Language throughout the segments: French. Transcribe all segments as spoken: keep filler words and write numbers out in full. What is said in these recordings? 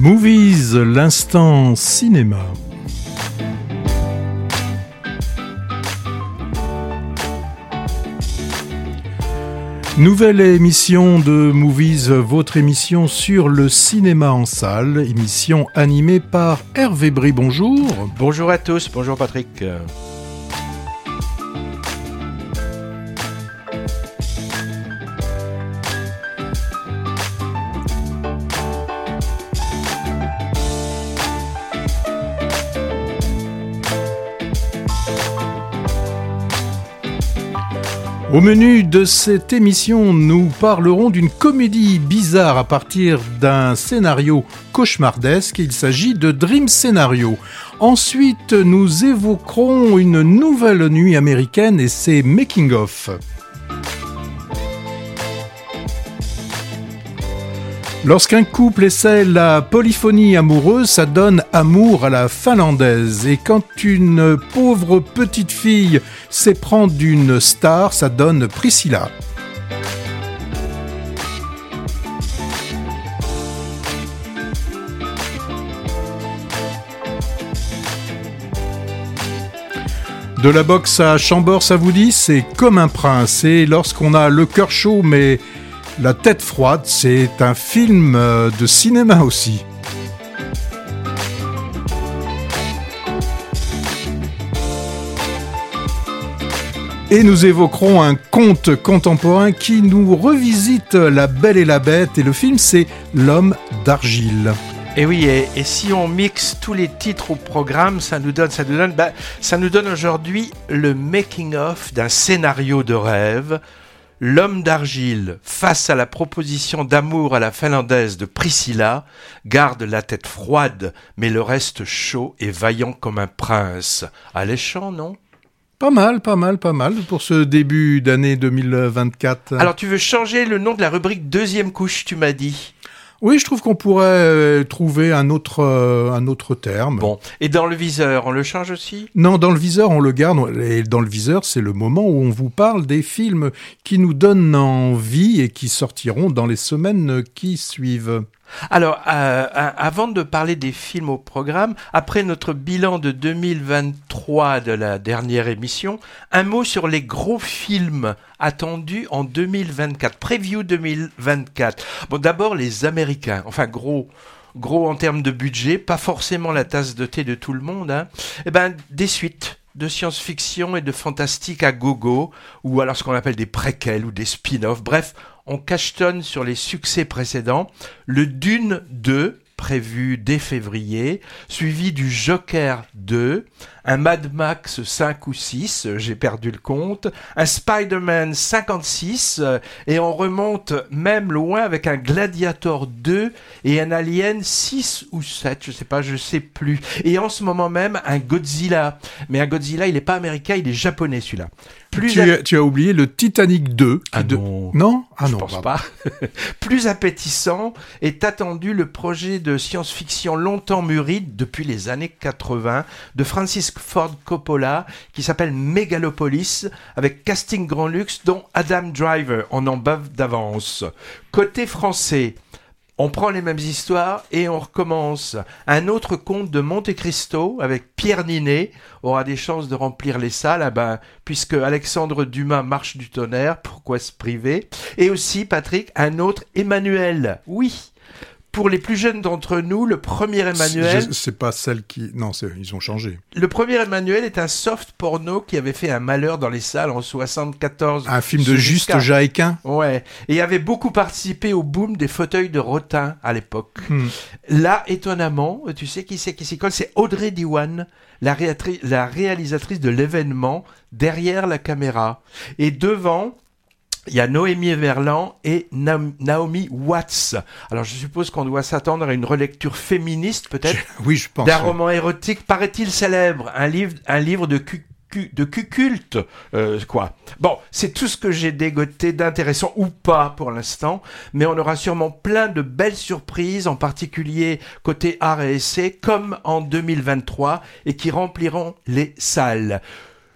Movies, l'instant cinéma. Nouvelle émission de Movies, votre émission sur le cinéma en salle, émission animée par Hervé Brie. Bonjour. Bonjour à tous, bonjour Patrick. Au menu de cette émission, nous parlerons d'une comédie bizarre à partir d'un scénario cauchemardesque. Il s'agit de Dream Scenario. Ensuite, nous évoquerons une nouvelle nuit américaine et ses making-of. Lorsqu'un couple essaie la polyphonie amoureuse, ça donne amour à la finlandaise. Et quand une pauvre petite fille s'éprend d'une star, ça donne Priscilla. De la boxe à Chambord, ça vous dit, c'est comme un prince. Et lorsqu'on a le cœur chaud, mais la tête froide, c'est un film de cinéma aussi. Et nous évoquerons un conte contemporain qui nous revisite La Belle et la Bête. Et le film, c'est L'Homme d'Argile. Et oui, et, et si on mixe tous les titres au programme, ça nous donne, ça nous donne, bah, ça nous donne aujourd'hui le making-of d'un scénario de rêve. L'homme d'argile, face à la proposition d'amour à la finlandaise de Priscilla, garde la tête froide, mais le reste chaud et vaillant comme un prince. Alléchant, non ? Pas mal, pas mal, pas mal pour ce début d'année deux mille vingt-quatre. Alors, tu veux changer le nom de la rubrique deuxième couche, tu m'as dit ? Oui, je trouve qu'on pourrait euh, trouver un autre, euh, un autre terme. Bon, et dans le viseur, on le change aussi ? Non, dans le viseur, on le garde. Et dans le viseur, c'est le moment où on vous parle des films qui nous donnent envie et qui sortiront dans les semaines qui suivent. Alors, euh, avant de parler des films au programme, après notre bilan de deux mille vingt-trois de la dernière émission, un mot sur les gros films attendus en deux mille vingt-quatre, preview deux mille vingt-quatre. Bon, d'abord les Américains, enfin gros, gros en termes de budget, pas forcément la tasse de thé de tout le monde, hein. Eh ben, des suites de science-fiction et de fantastique à gogo, ou alors ce qu'on appelle des préquels ou des spin-offs, bref, on cachetonne sur les succès précédents. Le Dune deux, prévu dès février, suivi du Joker deux, un Mad Max cinq ou six, j'ai perdu le compte, un Spider-Man cinquante-six, et on remonte même loin avec un Gladiator deux et un Alien six ou sept, je sais pas, je sais plus. Et en ce moment même, un Godzilla. Mais un Godzilla, il n'est pas américain, il est japonais celui-là. Plus tu, a... tu as oublié le Titanic deux. Ah de... non, non, ah je non, pense pas. Plus appétissant est attendu le projet de science-fiction longtemps mûri depuis les années quatre-vingts de Francis Ford Coppola qui s'appelle Megalopolis avec casting grand luxe dont Adam Driver. On en bave d'avance. Côté français, on prend les mêmes histoires et on recommence. Un autre conte de Monte Cristo avec Pierre Ninet aura des chances de remplir les salles, ah ben, puisque Alexandre Dumas marche du tonnerre, pourquoi se priver ? Et aussi, Patrick, un autre Emmanuel, oui. Pour les plus jeunes d'entre nous, le premier Emmanuel... C'est, c'est pas celle qui... Non, c'est, ils ont changé. Le premier Emmanuel est un soft porno qui avait fait un malheur dans les salles en soixante-quatorze. Un film de Juste Jaéquin. Ouais. Et avait beaucoup participé au boom des fauteuils de Rotin à l'époque. Hmm. Là, étonnamment, tu sais qui c'est qui s'y colle ? C'est Audrey Diwan, la, réatri- la réalisatrice de l'événement, derrière la caméra. Et devant... il y a Noémie Verland et Na- Naomi Watts. Alors, je suppose qu'on doit s'attendre à une relecture féministe, peut-être, je, oui, je pense, d'un oui. roman érotique, paraît-il célèbre, un livre, un livre de cu- cu- de cuculte, euh, quoi. Bon, c'est tout ce que j'ai dégoté d'intéressant ou pas pour l'instant, mais on aura sûrement plein de belles surprises, en particulier côté art et essai, comme en deux mille vingt-trois, et qui rempliront les salles.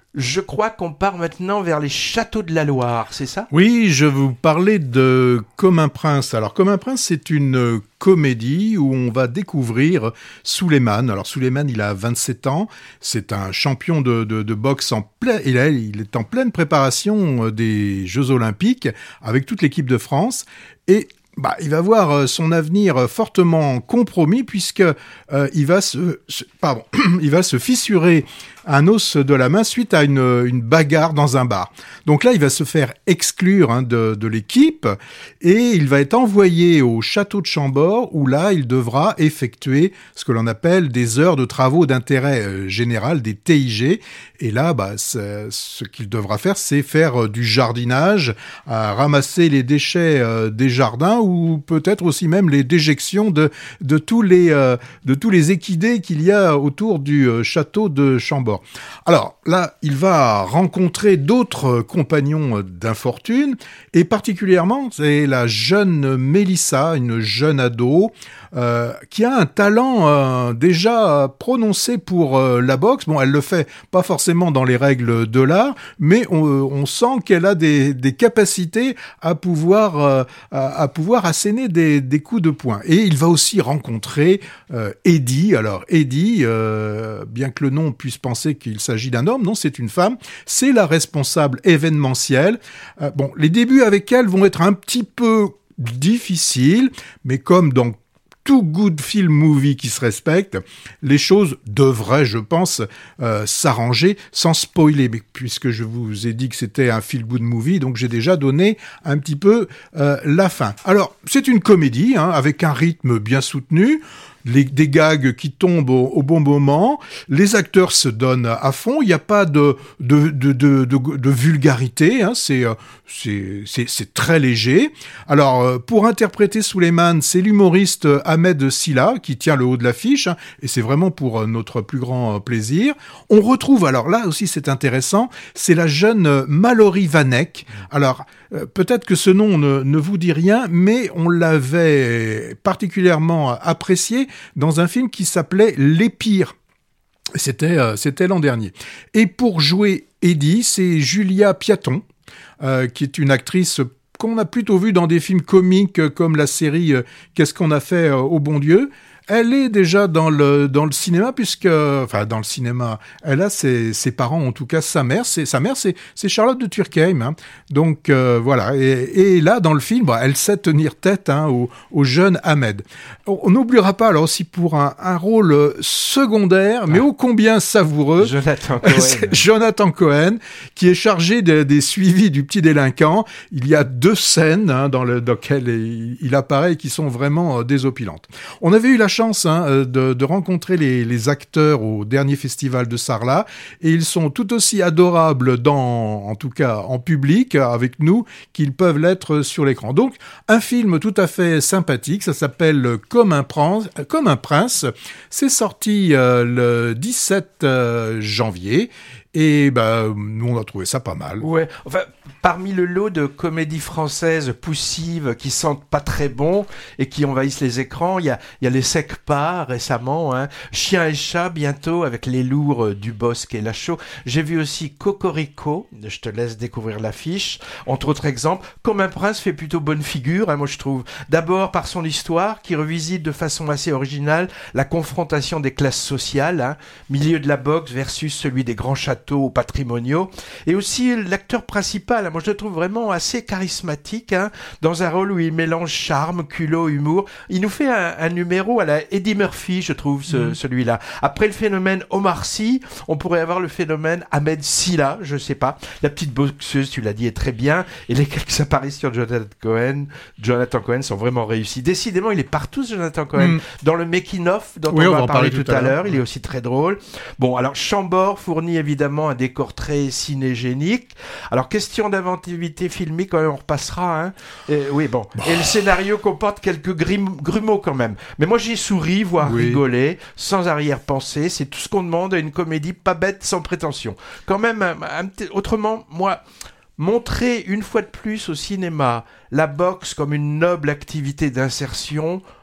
Je crois qu'on part maintenant vers les châteaux de la Loire, c'est ça ? Oui, je vous parlais de Comme un prince. Alors, Comme un prince, c'est une comédie où on va découvrir Souleymane. Alors, Souleymane, il a vingt-sept ans. C'est un champion de, de, de boxe en plein, il, a, il est en pleine préparation des Jeux Olympiques avec toute l'équipe de France. Et bah, il va voir son avenir fortement compromis puisque euh, il va se, se pardon, il va se fissurer un os de la main suite à une, une bagarre dans un bar. Donc là, il va se faire exclure hein, de, de l'équipe et il va être envoyé au château de Chambord où là, il devra effectuer ce que l'on appelle des heures de travaux d'intérêt euh, général, des T I G. Et là, bah, ce qu'il devra faire, c'est faire euh, du jardinage, à ramasser les déchets euh, des jardins ou peut-être aussi même les déjections de, de, tous, les, euh, de tous les équidés qu'il y a autour du euh, château de Chambord. Alors là, il va rencontrer d'autres compagnons d'infortune et particulièrement, c'est la jeune Mélissa, une jeune ado, euh, qui a un talent euh, déjà prononcé pour euh, la boxe. Bon, elle le fait pas forcément dans les règles de l'art, mais on, on sent qu'elle a des, des capacités à pouvoir, euh, à, à pouvoir asséner des, des coups de poing. Et il va aussi rencontrer euh, Eddie. Alors Eddie, euh, bien que le nom puisse penser qu'il s'agit d'un homme, non, c'est une femme. C'est la responsable événementielle. Euh, bon, les débuts avec elle vont être un petit peu difficiles, mais comme dans tout good film movie qui se respecte, les choses devraient, je pense, euh, s'arranger sans spoiler. Mais puisque je vous ai dit que c'était un feel good movie, donc j'ai déjà donné un petit peu euh, la fin. Alors, c'est une comédie hein, avec un rythme bien soutenu. Les, des gags qui tombent au, au bon moment, les acteurs se donnent à fond, il n'y a pas de, de, de, de, de, de vulgarité, hein, c'est, c'est, c'est, c'est très léger. Alors, pour interpréter Souleymane, c'est l'humoriste Ahmed Silla qui tient le haut de l'affiche, hein, et c'est vraiment pour notre plus grand plaisir. On retrouve, alors là aussi c'est intéressant, c'est la jeune Mallory Vanek. Alors, euh, peut-être que ce nom ne, ne vous dit rien, mais on l'avait particulièrement apprécié dans un film qui s'appelait Les Pires. C'était, euh, c'était l'an dernier. Et pour jouer Eddie, c'est Julia Piaton, euh, qui est une actrice qu'on a plutôt vue dans des films comiques comme la série euh, Qu'est-ce qu'on a fait euh, au bon Dieu. Elle est déjà dans le dans le cinéma puisque enfin dans le cinéma, elle a ses ses parents, en tout cas sa mère, c'est sa mère c'est c'est Charlotte de Turckheim, hein. Donc euh, voilà et, et là dans le film, bah, elle sait tenir tête hein, au au jeune Ahmed. On n'oubliera pas alors aussi pour un un rôle secondaire mais ô combien savoureux, Jonathan Cohen. C'est Jonathan Cohen qui est chargé de, des suivis du petit délinquant. Il y a deux scènes hein, dans le dans lesquelles il, il apparaît qui sont vraiment euh, désopilantes. On avait eu la chance hein, de, de rencontrer les, les acteurs au dernier festival de Sarlat et ils sont tout aussi adorables dans, en tout cas en public avec nous qu'ils peuvent l'être sur l'écran. Donc un film tout à fait sympathique, ça s'appelle Comme un prince. Comme un prince. C'est sorti euh, le dix-sept janvier. Et ben, nous, on a trouvé ça pas mal. Ouais, enfin, parmi le lot de comédies françaises poussives qui sentent pas très bon et qui envahissent les écrans, il y a, il y a Les Secpas récemment, hein, Chien et Chat bientôt avec les lourds du Bosque et Lachaud. J'ai vu aussi Cocorico, je te laisse découvrir l'affiche. Entre autres exemples, Comme un prince fait plutôt bonne figure, hein, moi je trouve. D'abord par son histoire qui revisite de façon assez originale la confrontation des classes sociales, hein, milieu de la boxe versus celui des grands châteaux patrimoniaux, et aussi l'acteur principal, moi je le trouve vraiment assez charismatique, hein, dans un rôle où il mélange charme, culot, humour. Il nous fait un, un numéro à la Eddie Murphy, je trouve, ce, mmh. celui-là. Après le phénomène Omar Sy, on pourrait avoir le phénomène Ahmed Silla, je sais pas. La petite boxeuse, tu l'as dit, est très bien, et les quelques apparitions de Jonathan Cohen, Jonathan Cohen sont vraiment réussies. Décidément, il est partout, Jonathan Cohen. Mmh. Dans le making-of, dont oui, on, on va parler tout à l'heure, l'heure, il est aussi très drôle. Bon, alors Chambord fournit évidemment un décor très cinégénique. Alors, question d'inventivité filmique, quand même, on repassera. Hein. Et, oui, bon. Et le scénario comporte quelques grim- grumeaux quand même. Mais moi, j'ai souri, voire oui. rigolé, sans arrière-pensée. C'est tout ce qu'on demande à une comédie pas bête, sans prétention. Quand même, un, un, autrement, moi... Montrer une fois de plus au cinéma la boxe comme une noble activité d'insertion,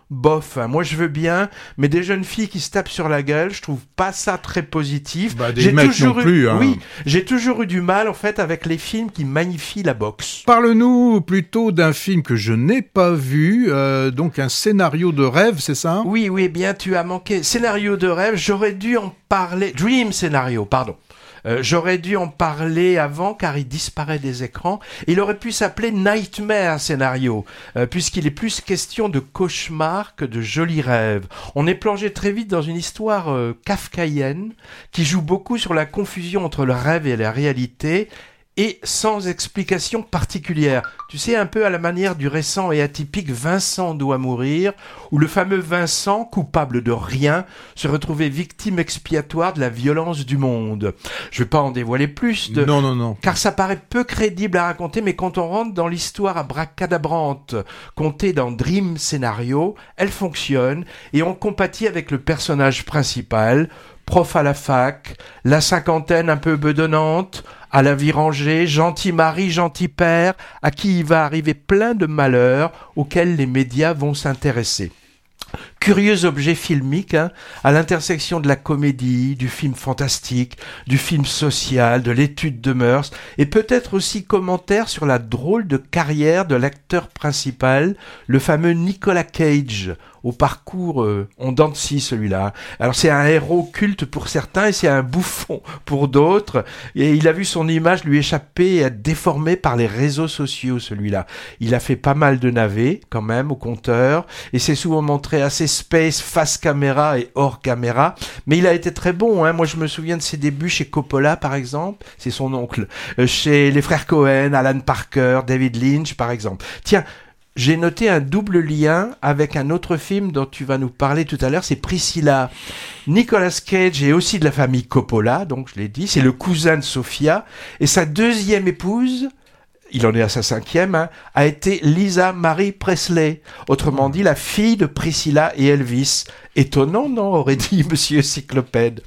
bof. Hein. Moi, je veux bien, mais des jeunes filles qui se tapent sur la gueule, je trouve pas ça très positif. Bah, des j'ai mecs toujours non eu, plus. Hein. Oui, j'ai toujours eu du mal, en fait, avec les films qui magnifient la boxe. Parle-nous plutôt d'un film que je n'ai pas vu, euh, donc un scénario de rêve, c'est ça ? Oui, oui, bien, tu as manqué. Scénario de rêve, j'aurais dû en parler. Dream Scénario, pardon. Euh, j'aurais dû en parler avant car il disparaît des écrans. Il aurait pu s'appeler Nightmare Scénario, euh, puisqu'il est plus question de cauchemar que de jolis rêves. On est plongé très vite dans une histoire euh, kafkaïenne qui joue beaucoup sur la confusion entre le rêve et la réalité, et sans explication particulière. Tu sais, un peu à la manière du récent et atypique Vincent doit mourir, où le fameux Vincent, coupable de rien, se retrouvait victime expiatoire de la violence du monde. Je vais pas en dévoiler plus, de... non, non, non. car ça paraît peu crédible à raconter, mais quand on rentre dans l'histoire abracadabrante, contée dans Dream Scénario, elle fonctionne, et on compatit avec le personnage principal, prof à la fac, la cinquantaine un peu bedonnante, à la vie rangée, gentil mari, gentil père, à qui il va arriver plein de malheurs auxquels les médias vont s'intéresser. Curieux objet filmique, hein, à l'intersection de la comédie, du film fantastique, du film social, de l'étude de mœurs, et peut-être aussi commentaire sur la drôle de carrière de l'acteur principal, le fameux Nicolas Cage, au parcours euh, en dents de scie celui-là. Alors c'est un héros culte pour certains et c'est un bouffon pour d'autres, et il a vu son image lui échapper et être déformée par les réseaux sociaux celui-là. Il a fait pas mal de navets quand même au compteur, et s'est souvent montré assez space face caméra et hors caméra, mais il a été très bon, hein. Moi je me souviens de ses débuts chez Coppola par exemple, c'est son oncle, euh, chez les frères Cohen, Alan Parker, David Lynch par exemple. Tiens, j'ai noté un double lien avec un autre film dont tu vas nous parler tout à l'heure, c'est Priscilla. Nicolas Cage est aussi de la famille Coppola, donc je l'ai dit, c'est le cousin de Sofia, et sa deuxième épouse, il en est à sa cinquième, hein, a été Lisa Marie Presley, autrement dit la fille de Priscilla et Elvis. Étonnant, non, aurait dit Monsieur Cyclopède.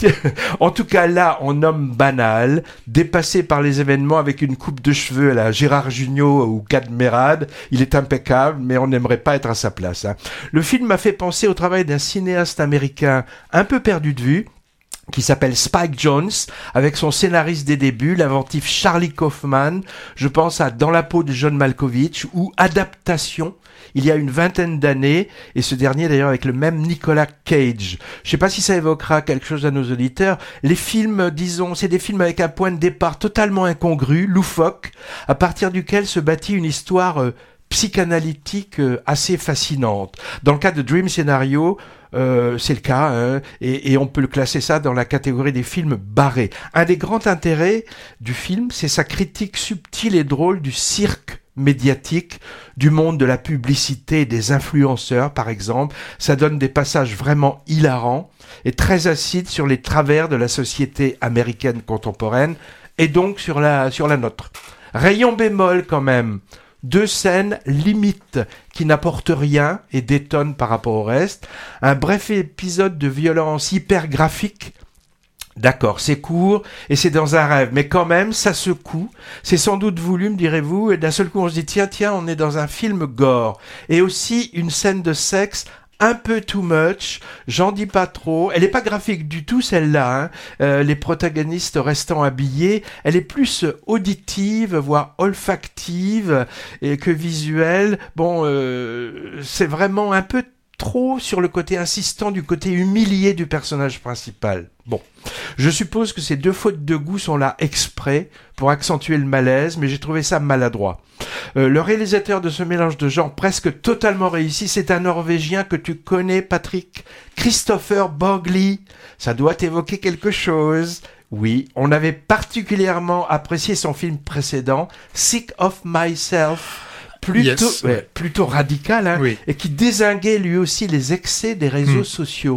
En tout cas, là, en homme banal, dépassé par les événements avec une coupe de cheveux à la Gérard Jugnot ou Gad Merad, il est impeccable, mais on n'aimerait pas être à sa place. Hein. Le film m'a fait penser au travail d'un cinéaste américain un peu perdu de vue, qui s'appelle Spike Jonze, avec son scénariste des débuts, l'inventif Charlie Kaufman. Je pense à Dans la peau de John Malkovich ou Adaptation, il y a une vingtaine d'années, et ce dernier d'ailleurs avec le même Nicolas Cage. Je ne sais pas si ça évoquera quelque chose à nos auditeurs. Les films, disons, c'est des films avec un point de départ totalement incongru, loufoque, à partir duquel se bâtit une histoire euh, psychanalytique euh, assez fascinante. Dans le cas de Dream Scénario, Euh, c'est le cas, hein, et, et on peut le classer ça dans la catégorie des films barrés. Un des grands intérêts du film, c'est sa critique subtile et drôle du cirque médiatique, du monde de la publicité et des influenceurs, par exemple. Ça donne des passages vraiment hilarants et très acides sur les travers de la société américaine contemporaine, et donc sur la, sur la nôtre. Rayon bémol quand même. Deux scènes limites qui n'apportent rien et détonnent par rapport au reste. Un bref épisode de violence hyper graphique. D'accord, c'est court et c'est dans un rêve, mais quand même, ça secoue. C'est sans doute voulu, me direz-vous, et d'un seul coup on se dit tiens, tiens, on est dans un film gore. Et aussi une scène de sexe un peu too much, j'en dis pas trop. Elle est pas graphique du tout celle-là, hein. Euh, les protagonistes restant habillés. Elle est plus auditive, voire olfactive et que visuelle. Bon, euh, c'est vraiment un peu trop sur le côté insistant, du côté humilié du personnage principal. Bon, je suppose que ces deux fautes de goût sont là exprès pour accentuer le malaise, mais j'ai trouvé ça maladroit. Euh, le réalisateur de ce mélange de genres presque totalement réussi, c'est un Norvégien que tu connais, Patrick, Christopher Borgli. Ça doit t'évoquer quelque chose. Oui, on avait particulièrement apprécié son film précédent, Sick of Myself, plutôt, yes. ouais, plutôt radical, hein, oui. et qui dézinguait lui aussi les excès des réseaux mmh. sociaux.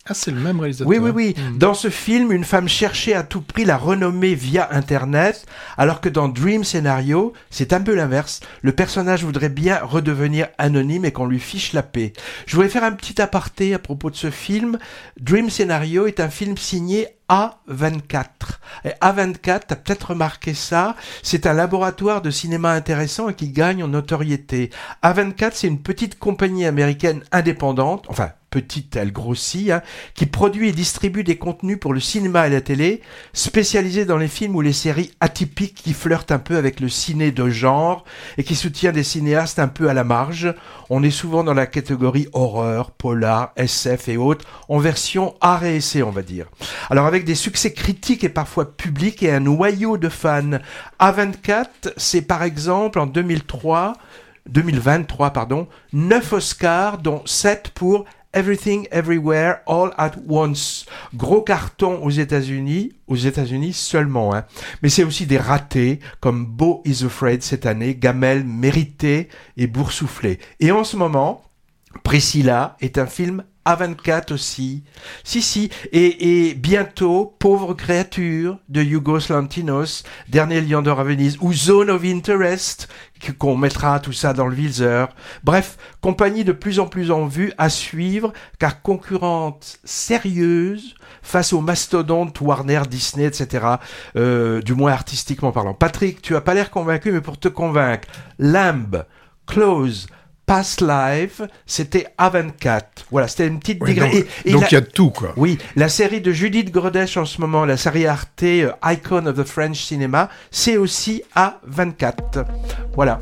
Ah, c'est le même réalisateur. Oui, oui, oui. Mmh. Dans ce film, une femme cherchait à tout prix la renommée via Internet, alors que dans Dream Scenario, c'est un peu l'inverse. Le personnage voudrait bien redevenir anonyme et qu'on lui fiche la paix. Je voulais faire un petit aparté à propos de ce film. Dream Scenario est un film signé A vingt-quatre. Et A vingt-quatre, t'as peut-être remarqué ça, c'est un laboratoire de cinéma intéressant et qui gagne en notoriété. A vingt-quatre, c'est une petite compagnie américaine indépendante, enfin petite, elle grossit, hein, qui produit et distribue des contenus pour le cinéma et la télé, spécialisée dans les films ou les séries atypiques qui flirtent un peu avec le ciné de genre et qui soutient des cinéastes un peu à la marge. On est souvent dans la catégorie horreur, polar, S F et autres, en version art et essai, on va dire. Alors avec des succès critiques et parfois publics et un noyau de fans. A vingt-quatre, c'est par exemple en deux mille trois, deux mille vingt-trois, pardon, neuf Oscars, dont sept pour Everything Everywhere All at Once. Gros carton aux États-Unis, aux États-Unis seulement, hein. Mais c'est aussi des ratés comme Beau is Afraid cette année, Gamelle mérité et boursouflé. Et en ce moment, Priscilla est un film A vingt-quatre aussi. Si, si. Et, et bientôt, Pauvre créature de Yorgos Lanthimos, Dernier Lion d'or à Venise, ou Zone of Interest, qu'on mettra tout ça dans le viseur. Bref, compagnie de plus en plus en vue à suivre, car concurrente sérieuse face aux mastodontes Warner, Disney, et cetera. Euh, du moins artistiquement parlant. Patrick, tu as pas l'air convaincu, mais pour te convaincre, Lamb, Close, Past Life, c'était A vingt-quatre. Voilà, c'était une petite Oui, digression. donc il y a de tout, quoi. Oui, la série de Judith Godrèche en ce moment, la série Arte, euh, Icon of the French Cinema, c'est aussi A vingt-quatre. Voilà.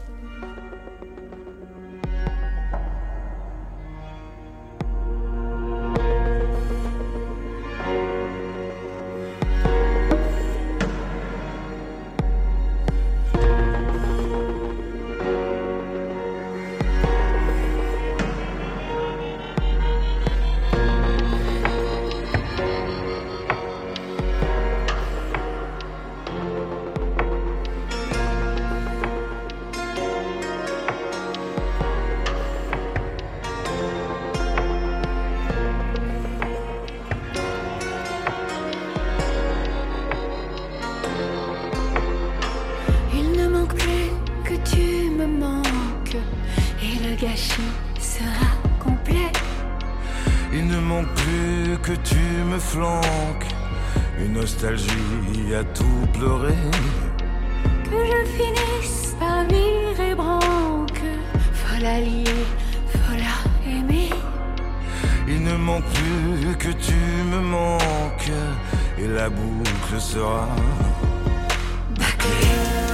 Nostalgie à tout pleurer. Que je finisse par vivre et branque, folle alliée, folle à aimer. Il ne manque plus que tu me manques, et la boucle sera bâclée.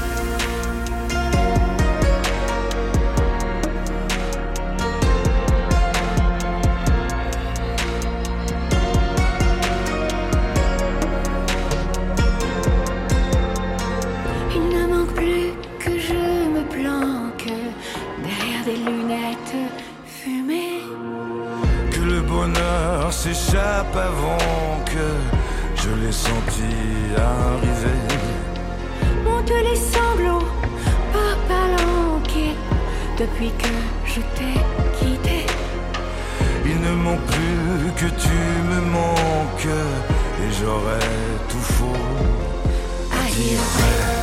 S'échappe avant que je l'ai senti arriver. Montent les sanglots, pas palanqués, depuis que je t'ai quitté. Il ne manque plus que tu me manques, et j'aurais tout faux à dire vrai.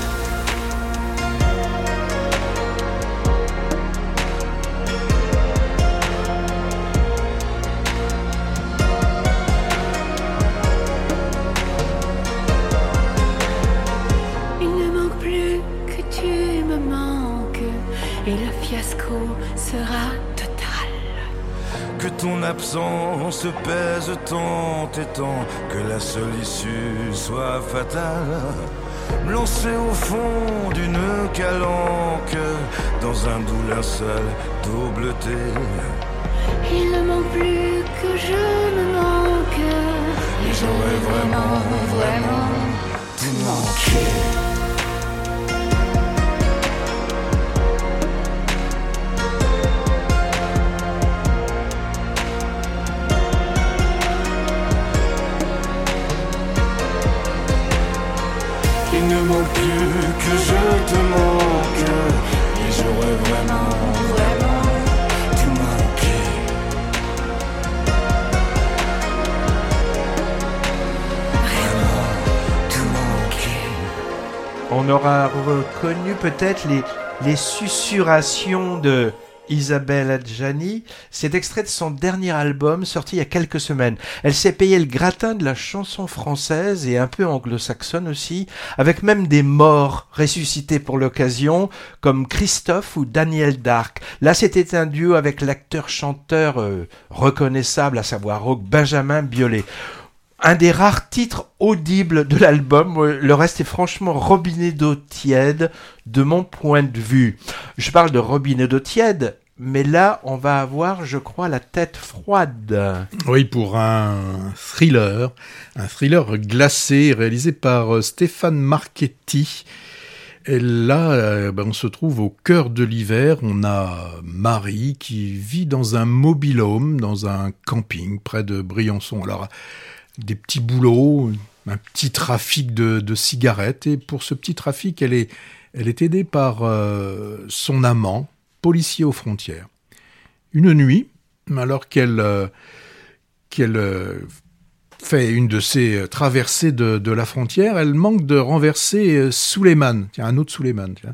Et le fiasco sera total. Que ton absence pèse tant et tant, que la seule issue soit fatale. Me lancer au fond d'une calanque, dans un doux linceul d'eau bleutée. Il ne manque plus que je me manque, et j'aurais vraiment, vraiment tout manqué. Il ne manque plus que je te manque, et j'aurais vraiment, vraiment tout manqué. On aura reconnu peut-être les, les susurrations de Isabelle Adjani. C'est extrait de son dernier album sorti il y a quelques semaines. Elle s'est payé le gratin de la chanson française et un peu anglo-saxonne aussi, avec même des morts ressuscités pour l'occasion, comme Christophe ou Daniel Darc. Là, c'était un duo avec l'acteur-chanteur euh, reconnaissable, à savoir Benjamin Biolay. Un des rares titres audibles de l'album, le reste est franchement robinet d'eau tiède de mon point de vue. Je parle de robinet d'eau tiède, mais là on va avoir, je crois, la tête froide. Oui, pour un thriller, un thriller glacé réalisé par Stéphane Marchetti. Et là, euh, ben, on se trouve au cœur de l'hiver. On a Marie qui vit dans un mobil-home, dans un camping près de Briançon. Alors, des petits boulots, un petit trafic de, de cigarettes. Et pour ce petit trafic, elle est, elle est aidée par euh, son amant, policier aux frontières. Une nuit, alors qu'elle, euh, qu'elle euh, fait une de ces traversées de, de la frontière, elle manque de renverser euh, Souleymane, tiens, un autre Souleymane. Tiens.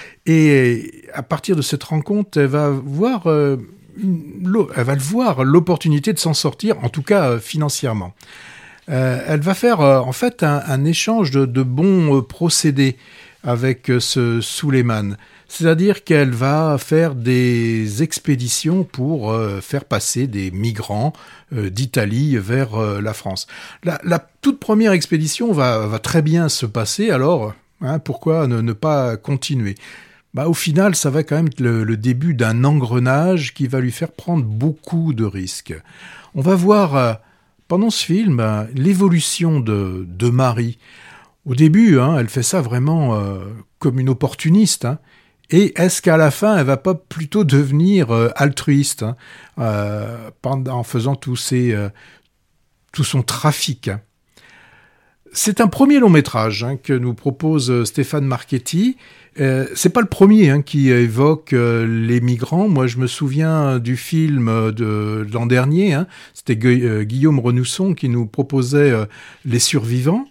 Et à partir de cette rencontre, elle va voir... Euh, une, elle va voir l'opportunité de s'en sortir, en tout cas euh, financièrement. Euh, elle va faire euh, en fait un, un échange de, de bons euh, procédés avec euh, ce Souleymane. C'est-à-dire qu'elle va faire des expéditions pour euh, faire passer des migrants euh, d'Italie vers euh, la France. La, la toute première expédition va, va très bien se passer, alors hein, pourquoi ne, ne pas continuer ? Bah, au final, ça va quand même être le, le début d'un engrenage qui va lui faire prendre beaucoup de risques. On va voir... Euh, Pendant ce film, ben, l'évolution de, de Marie, au début, hein, elle fait ça vraiment euh, comme une opportuniste. Hein, et est-ce qu'à la fin, elle va pas plutôt devenir euh, altruiste hein, euh, en faisant tout, ces, euh, tout son trafic hein. C'est un premier long métrage hein, que nous propose Stéphane Marchetti. Euh, c'est pas le premier hein, qui évoque euh, les migrants. Moi, je me souviens du film de, de l'an dernier. Hein, c'était Gu- euh, Guillaume Renousson qui nous proposait euh, Les Survivants.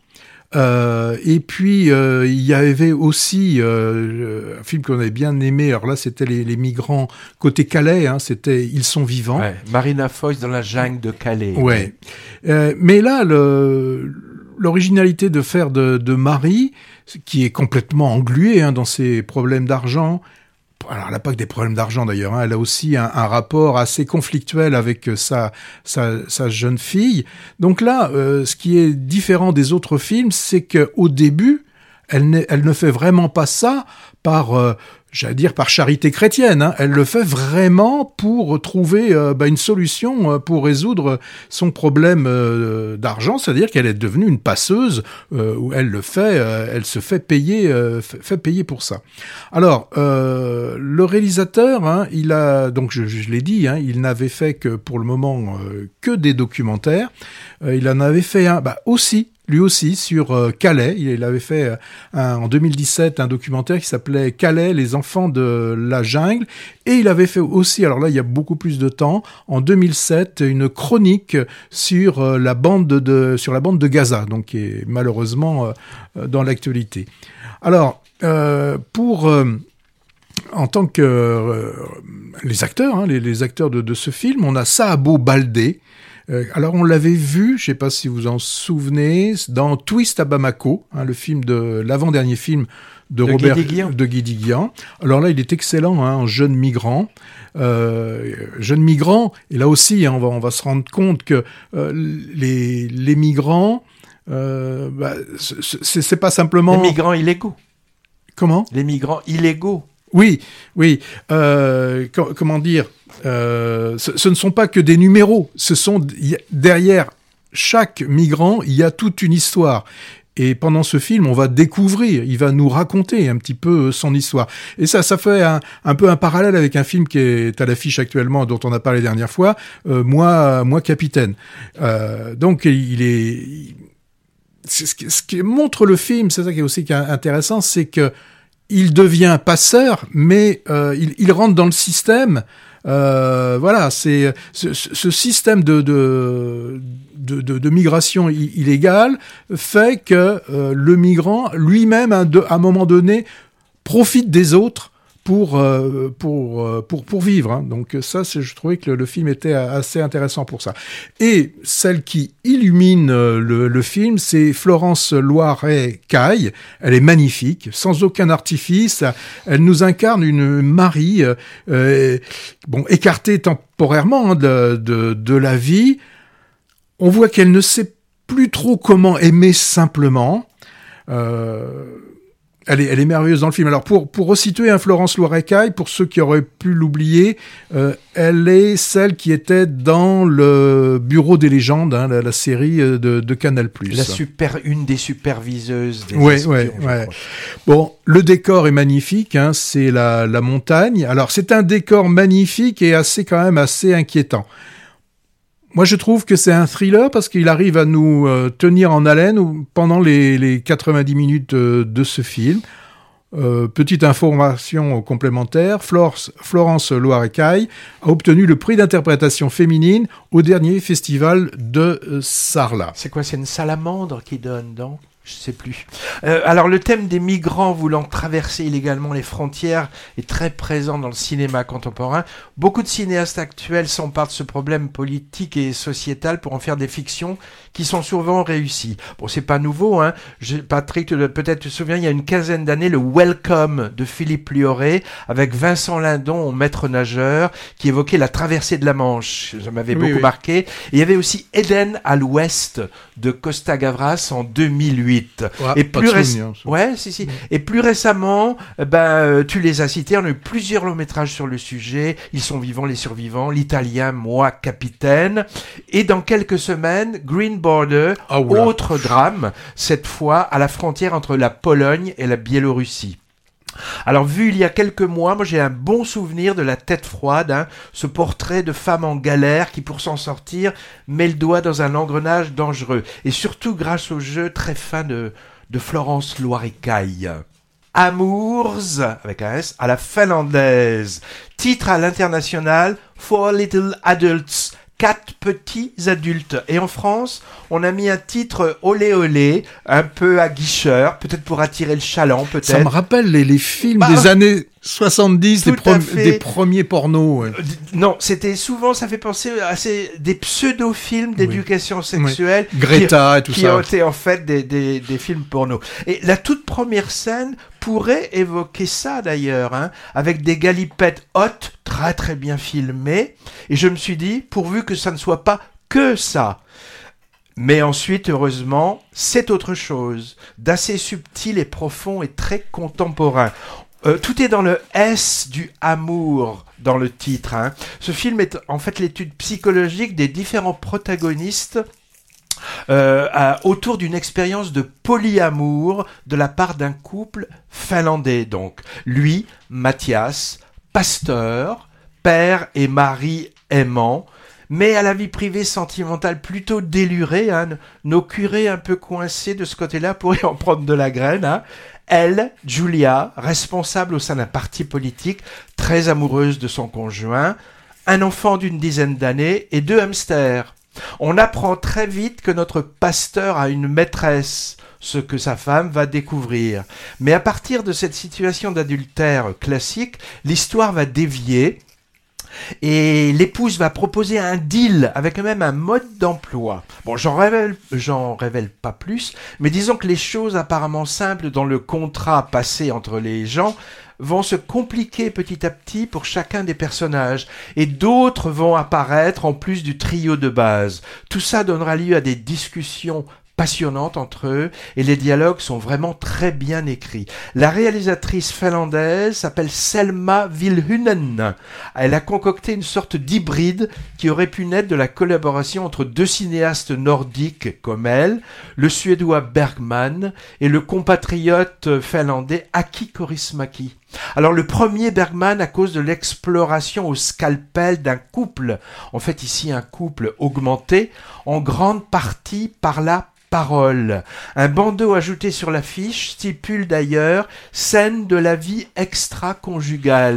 Euh, et puis euh, il y avait aussi euh, un film qu'on avait bien aimé. Alors là, c'était les, les migrants côté Calais. Hein, c'était Ils sont vivants. Ouais, Marina Foïs dans la jungle de Calais. Ouais. Euh, mais là, le l'originalité de faire de, de Marie, qui est complètement engluée hein, dans ses problèmes d'argent. Alors, elle n'a pas que des problèmes d'argent d'ailleurs, hein, elle a aussi un, un rapport assez conflictuel avec sa, sa, sa jeune fille. Donc là, euh, ce qui est différent des autres films, c'est qu'au début, elle, elle ne fait vraiment pas ça par... Euh, j'allais dire par charité chrétienne, hein. Elle le fait vraiment pour trouver euh, bah, une solution euh, pour résoudre son problème euh, d'argent, c'est-à-dire qu'elle est devenue une passeuse euh, où elle le fait, euh, elle se fait payer, euh, fait payer pour ça. Alors euh, le réalisateur, hein, il a donc je, je l'ai dit, hein, il n'avait fait que pour le moment euh, que des documentaires. Euh, il en avait fait un, bah aussi. Lui aussi, sur euh, Calais. Il avait fait euh, un, en deux mille dix-sept un documentaire qui s'appelait « Calais, les enfants de la jungle ». Et il avait fait aussi, alors là, il y a beaucoup plus de temps, en deux mille sept, une chronique sur, euh, la, bande de, sur la bande de Gaza, donc qui est malheureusement euh, dans l'actualité. Alors, euh, pour... Euh, en tant que euh, les acteurs, hein, les, les acteurs de, de ce film, on a Sahabo Baldé. Euh, alors on l'avait vu, je ne sais pas si vous en souvenez, dans Twist à Bamako, hein, le film de l'avant-dernier film de, de Robert Guédiguian. de Guédiguian. Alors là, il est excellent, hein, en jeune migrant, euh, jeune migrant. Et là aussi, hein, on va on va se rendre compte que euh, les les migrants, euh, bah, c'est, c'est pas simplement les migrants illégaux. Comment ? Les migrants illégaux. Oui, oui. Euh, co- comment dire euh, ce, ce ne sont pas que des numéros. Ce sont derrière chaque migrant, il y a toute une histoire. Et pendant ce film, on va découvrir, il va nous raconter un petit peu son histoire. Et ça, ça fait un, un peu un parallèle avec un film qui est à l'affiche actuellement, dont on a parlé la dernière fois, euh, Moi, moi capitaine. Euh, donc, il est, il, c'est ce, qui, ce qui montre le film, c'est ça qui est aussi intéressant, c'est que il devient passeur, mais euh, il, il rentre dans le système Euh, voilà, c'est ce, ce système de de, de, de, de migration i- illégale fait que euh, le migrant lui-même, à un moment donné, profite des autres pour euh, pour euh, pour pour vivre. Hein. Donc ça, c'est, je trouvais que le, le film était assez intéressant pour ça. Et celle qui illumine euh, le, le film, c'est Florence Loiret-Caille. Elle est magnifique, sans aucun artifice. Elle nous incarne une Marie, euh, euh, bon, écartée temporairement hein, de, de de la vie. On voit qu'elle ne sait plus trop comment aimer simplement. Euh, Elle est, elle est merveilleuse dans le film. Alors pour pour resituer un Florence Loiret-Caille, pour ceux qui auraient pu l'oublier, euh, elle est celle qui était dans le Bureau des légendes, hein, la, la série de, de Canal+. La super, une des superviseuses des Ouais, espions, ouais, je ouais. crois. Bon, le décor est magnifique, hein, c'est la la montagne. Alors c'est un décor magnifique et assez quand même assez inquiétant. Moi, je trouve que c'est un thriller parce qu'il arrive à nous euh, tenir en haleine ou- pendant les, les quatre-vingt-dix minutes euh, de ce film. Euh, petite information complémentaire, Florence, Florence Loiret-Caille a obtenu le prix d'interprétation féminine au dernier festival de euh, Sarlat. C'est quoi, c'est une salamandre qui donne, non ? Je sais plus. Euh, alors le thème des migrants voulant traverser illégalement les frontières est très présent dans le cinéma contemporain. Beaucoup de cinéastes actuels s'emparent de ce problème politique et sociétal pour en faire des fictions qui sont souvent réussies. Bon, c'est pas nouveau, hein. Je, Patrick, tu dois peut-être te souviens, il y a une quinzaine d'années, le Welcome de Philippe Lioré avec Vincent Lindon, maître nageur, qui évoquait la traversée de la Manche. Ça m'avait Oui, beaucoup oui. marqué. Et il y avait aussi Éden à l'ouest de Costa Gavras en deux mille huit. Ouais, et pas plus de réc- souvenir, ça. ouais, si, si. Et plus récemment, euh, ben, euh, tu les as cités, on a eu plusieurs longs métrages sur le sujet. Ils sont vivants, les survivants. L'Italien, moi, capitaine. Et dans quelques semaines, Green Border, Ah, oula. autre drame, cette fois à la frontière entre la Pologne et la Biélorussie. Alors, vu il y a quelques mois, moi j'ai un bon souvenir de La Tête froide, hein, ce portrait de femme en galère qui, pour s'en sortir, met le doigt dans un engrenage dangereux. Et surtout grâce au jeu très fin de, de Florence Loiret-Caille. Amours, avec un S, à la finlandaise. Titre à l'international, Four Little Adults. Quatre petits adultes. Et en France, on a mis un titre olé olé, un peu aguicheur, peut-être pour attirer le chaland, peut-être. Ça me rappelle les, les films Bah, des années soixante-dix, des, tout à prom- fait. des premiers pornos. Ouais. Euh, d- Non, c'était souvent, ça fait penser à ces, des pseudo-films d'éducation sexuelle. Greta et tout qui ça. ont été en fait des, des, des films porno. Et la toute première scène pourrait évoquer ça d'ailleurs, hein, avec des galipettes hautes, très très bien filmées. Et je me suis dit, pourvu que ça ne soit pas que ça. Mais ensuite, heureusement, c'est autre chose, d'assez subtil et profond et très contemporain. Euh, tout est dans le S du amour dans le titre. Hein. Ce film est en fait l'étude psychologique des différents protagonistes euh, à, autour d'une expérience de polyamour de la part d'un couple finlandais. Donc, lui, Mathias, pasteur, père et mari aimant, mais à la vie privée sentimentale plutôt délurée. Hein. Nos curés un peu coincés de ce côté-là pourraient en prendre de la graine. Hein. Elle, Julia, responsable au sein d'un parti politique, très amoureuse de son conjoint, un enfant d'une dizaine d'années et deux hamsters. On apprend très vite que notre pasteur a une maîtresse, ce que sa femme va découvrir. Mais à partir de cette situation d'adultère classique, l'histoire va dévier et l'épouse va proposer un deal avec même un mode d'emploi. Bon, j'en révèle, j'en révèle pas plus, mais disons que les choses apparemment simples dans le contrat passé entre les gens vont se compliquer petit à petit pour chacun des personnages, et d'autres vont apparaître en plus du trio de base. Tout ça donnera lieu à des discussions passionnantes entre eux, et les dialogues sont vraiment très bien écrits. La réalisatrice finlandaise s'appelle Selma Vilhunen. Elle a concocté une sorte d'hybride qui aurait pu naître de la collaboration entre deux cinéastes nordiques comme elle, le suédois Bergman et le compatriote finlandais Aki Kaurismäki. Alors le premier Bergman à cause de l'exploration au scalpel d'un couple, en fait ici un couple augmenté, en grande partie par la paroles. Un bandeau ajouté sur l'affiche stipule d'ailleurs « Scène de la vie extra-conjugale ».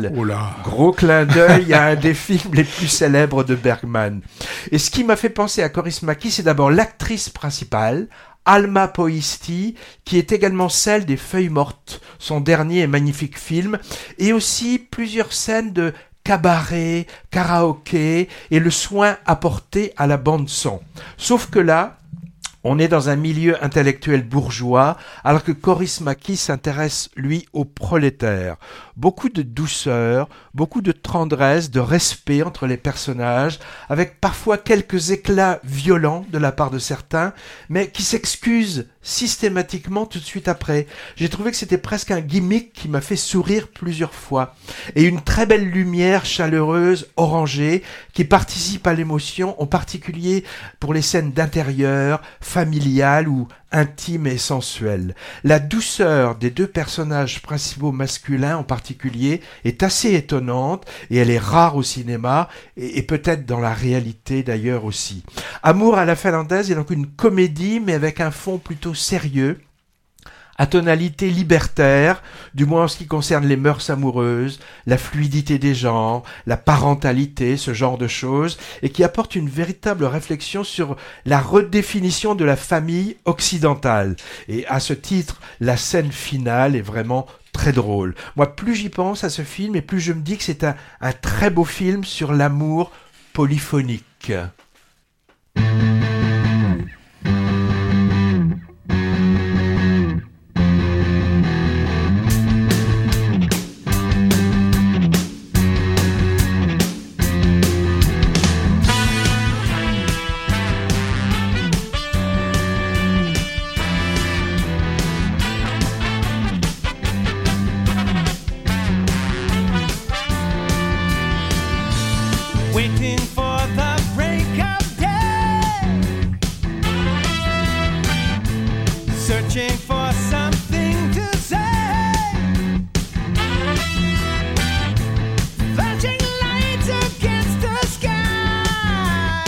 Oh là. Gros clin d'œil à un des films les plus célèbres de Bergman. Et ce qui m'a fait penser à Kaurismäki, c'est d'abord l'actrice principale, Alma Poisti, qui est également celle des Feuilles mortes, son dernier et magnifique film, et aussi plusieurs scènes de cabaret, karaoké et le soin apporté à la bande-son. Sauf que là, on est dans un milieu intellectuel bourgeois, alors que Kaurismäki s'intéresse, lui, aux prolétaires. Beaucoup de douceur, beaucoup de tendresse, de respect entre les personnages, avec parfois quelques éclats violents de la part de certains, mais qui s'excusent systématiquement tout de suite après. J'ai trouvé que c'était presque un gimmick qui m'a fait sourire plusieurs fois. Et une très belle lumière chaleureuse, orangée, qui participe à l'émotion, en particulier pour les scènes d'intérieur, familiales ou intimes et sensuelles. La douceur des deux personnages principaux masculins en particulier est assez étonnante et elle est rare au cinéma et, et peut-être dans la réalité d'ailleurs aussi. Amour à la finlandaise est donc une comédie mais avec un fond plutôt sérieux, à tonalité libertaire, du moins en ce qui concerne les mœurs amoureuses, la fluidité des genres, la parentalité, ce genre de choses, et qui apporte une véritable réflexion sur la redéfinition de la famille occidentale. Et à ce titre, la scène finale est vraiment très drôle. Moi, plus j'y pense à ce film, et plus je me dis que c'est un, un très beau film sur l'amour polyphonique. Waiting for the break of day, searching for something to say, flashing lights against the sky,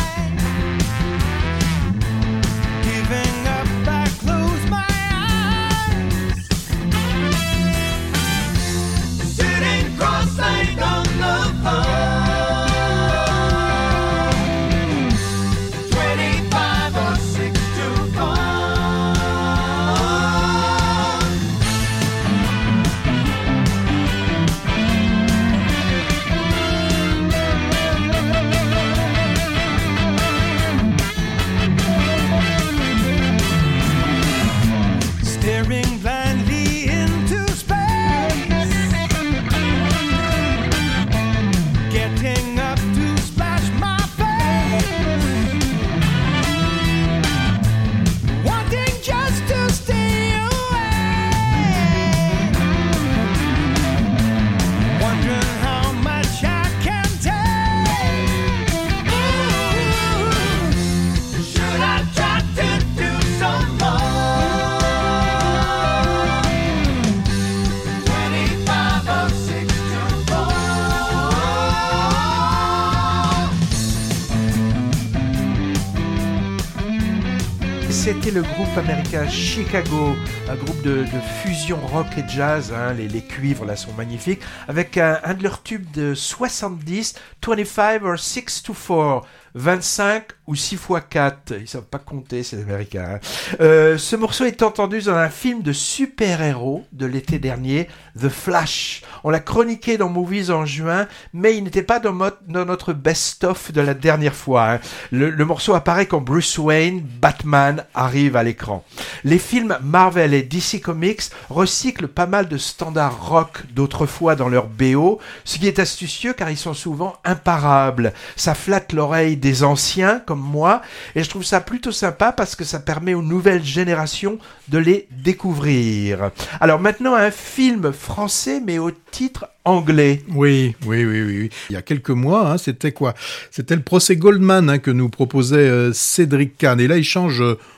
giving up, I close my eyes, sitting cross-eyed on the phone. Staring blindly into space, getting up to splash my face, wanting just to stay away, wondering how much I can take. Ooh, should I try to do some more? C'était le groupe américain Chicago, un groupe de, de fusion rock et jazz, hein, les, les cuivres là sont magnifiques, avec un, un de leurs tubes de soixante-dix, vingt-cinq or six to four, vingt-cinq ou six fois quatre, ils savent pas compter ces Américains. Hein. Euh, ce morceau est entendu dans un film de super-héros de l'été dernier, The Flash. On l'a chroniqué dans Movies en juin, mais il n'était pas dans, mo- dans notre best-of de la dernière fois. Hein. Le, le morceau apparaît quand Bruce Wayne, Batman, arrive à l'écran. Les films Marvel et D C Comics recyclent pas mal de standards rock d'autrefois dans leur B O, ce qui est astucieux car ils sont souvent imparables. Ça flatte l'oreille des anciens comme moi et je trouve ça plutôt sympa parce que ça permet aux nouvelles générations de les découvrir. Alors maintenant un film français mais au titre anglais. Oui, oui, oui, oui, oui. Il y a quelques mois, hein, c'était quoi ? C'était le procès Goldman hein, que nous proposait euh, Cédric Kahn. Et là, il change euh,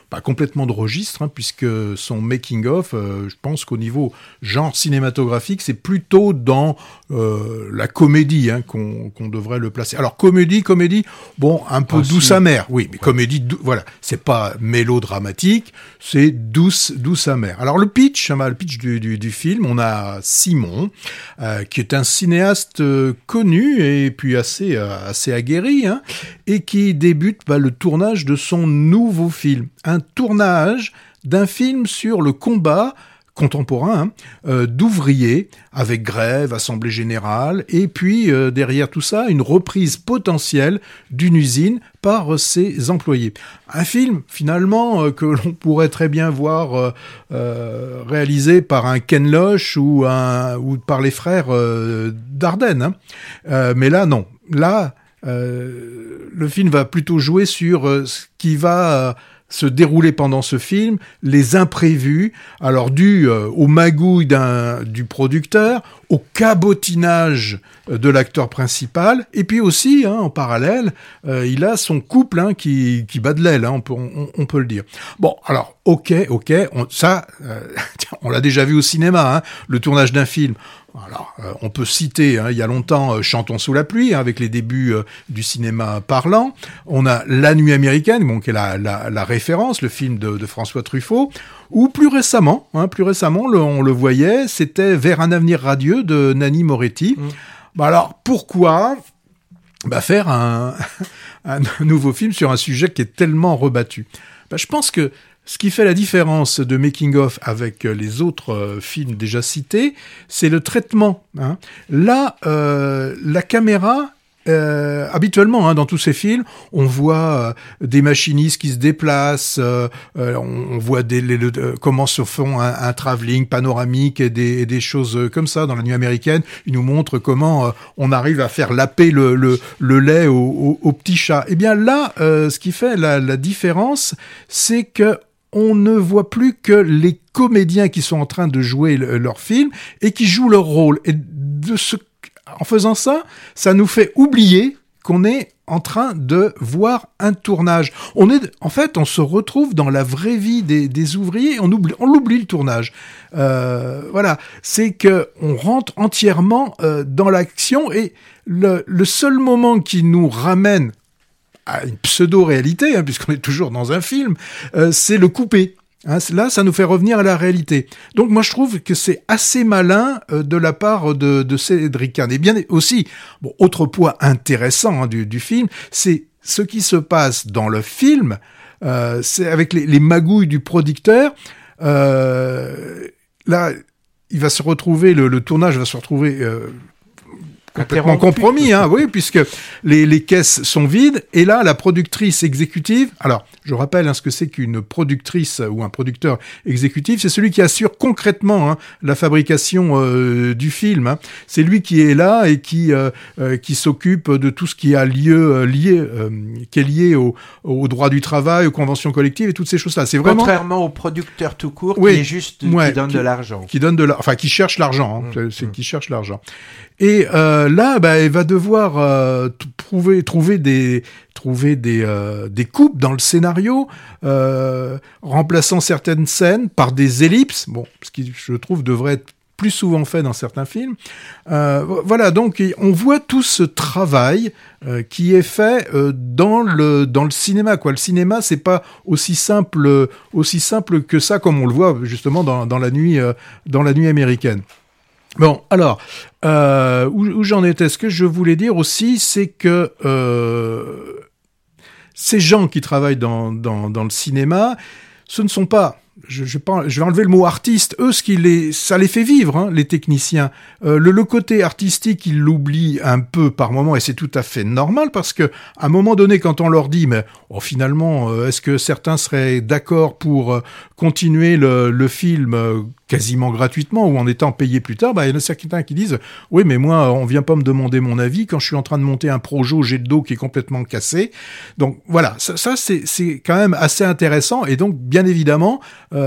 pas complètement de registre, hein, puisque son making-of, euh, je pense qu'au niveau genre cinématographique, c'est plutôt dans euh, la comédie hein, qu'on, qu'on devrait le placer. Alors comédie, comédie, bon, un peu Ah, douce si. amère, oui, mais Ouais. comédie, dou- voilà, c'est pas mélodramatique, c'est douce, douce amère. Alors le pitch, hein, le pitch du, du, du film, on a Simon, euh, qui est un cinéaste euh, connu et puis assez, euh, assez aguerri, hein, et qui débute bah, le tournage de son nouveau film. Un tournage d'un film sur le combat contemporain hein, euh, d'ouvriers avec grève, assemblée générale, et puis euh, derrière tout ça, une reprise potentielle d'une usine par euh, ses employés. Un film finalement euh, que l'on pourrait très bien voir euh, euh, réalisé par un Ken Loach ou, un, ou par les frères euh, Dardenne. Hein. Euh, mais là, non. Là, euh, le film va plutôt jouer sur euh, ce qui va... Euh, se dérouler pendant ce film, les imprévus, alors dû euh, aux magouilles d'un, du producteur, au cabotinage euh, de l'acteur principal, et puis aussi, hein, en parallèle, euh, il a son couple hein, qui, qui bat de l'aile, hein, on, peut, on, on peut le dire. Bon, alors, ok, ok, on, ça, euh, on l'a déjà vu au cinéma, hein, le tournage d'un film. Alors, euh, on peut citer, hein, il y a longtemps, euh, Chantons sous la pluie, hein, avec les débuts euh, du cinéma parlant. On a La Nuit américaine, bon, qui est la, la, la référence, le film de, de François Truffaut. Ou plus récemment, hein, plus récemment, le, on le voyait, c'était Vers un avenir radieux de Nanni Moretti. Mmh. Bah alors, pourquoi bah faire un, un nouveau film sur un sujet qui est tellement rebattu? Bah, je pense que ce qui fait la différence de Making of avec les autres euh, films déjà cités, c'est le traitement. Hein. Là, euh, la caméra, euh, habituellement, hein, dans tous ces films, on voit euh, des machinistes qui se déplacent, euh, euh, on, on voit des, les, le, euh, comment se font un, un travelling panoramique et des, et des choses comme ça. Dans La Nuit américaine, ils nous montrent comment euh, on arrive à faire laper le, le, le lait au, au, au petit chat. Eh bien là, euh, ce qui fait la, la différence, c'est que on ne voit plus que les comédiens qui sont en train de jouer le, leur film et qui jouent leur rôle. Et de ce, en faisant ça, ça nous fait oublier qu'on est en train de voir un tournage. On est, en fait, on se retrouve dans la vraie vie des, des ouvriers. On oublie, on oublie le tournage. Euh, voilà, c'est que on rentre entièrement euh, dans l'action et le, le seul moment qui nous ramène à une pseudo-réalité, hein, puisqu'on est toujours dans un film, euh, c'est le coupé. Hein, là, ça nous fait revenir à la réalité. Donc, moi, je trouve que c'est assez malin euh, de la part de, de Cédric Kahn. Et bien aussi, bon, autre point intéressant hein, du, du film, c'est ce qui se passe dans le film, euh, c'est avec les, les magouilles du producteur. Euh, là, il va se retrouver, le, le tournage va se retrouver... Euh, complètement compromis, hein, oui, puisque les, les caisses sont vides, et là, la productrice exécutive, alors, je rappelle hein, ce que c'est qu'une productrice ou un producteur exécutif, c'est celui qui assure concrètement hein, la fabrication euh, du film, hein. C'est lui qui est là et qui, euh, euh, qui s'occupe de tout ce qui a lieu, euh, lié, euh, qui est lié au, au droit du travail, aux conventions collectives et toutes ces choses-là. C'est vraiment... Contrairement au producteur tout court, oui, qui est juste, ouais, qui donne qui, de l'argent. Qui donne de la... Enfin, qui cherche l'argent, hein, mmh, c'est mmh. qui cherche l'argent. Et euh, là, bah, elle va devoir euh, trouver, trouver des, trouver des, euh, des coupes dans le scénario, euh, remplaçant certaines scènes par des ellipses. Bon, ce qui, je trouve, devrait être plus souvent fait dans certains films. Euh, voilà, donc on voit tout ce travail euh, qui est fait euh, dans le dans le cinéma. Quoi, le cinéma, c'est pas aussi simple, aussi simple que ça, comme on le voit justement dans, dans la nuit, euh, dans la nuit américaine. Bon, alors, euh, où, où j'en étais, ce que je voulais dire aussi, c'est que euh, ces gens qui travaillent dans, dans, dans le cinéma, ce ne sont pas, je, je, je vais enlever le mot artiste, eux, ce qui les, ça les fait vivre, hein, les techniciens. Euh, le, le côté artistique, ils l'oublient un peu par moment, et c'est tout à fait normal, parce que à un moment donné, quand on leur dit, mais oh, finalement, euh, est-ce que certains seraient d'accord pour euh, continuer le, le film euh, quasiment gratuitement ou en étant payé plus tard, bah, il y en a certains qui disent « Oui, mais moi, on vient pas me demander mon avis quand je suis en train de monter un projet au jet d'eau qui est complètement cassé. » Donc voilà, ça, ça c'est, c'est quand même assez intéressant. Et donc, bien évidemment,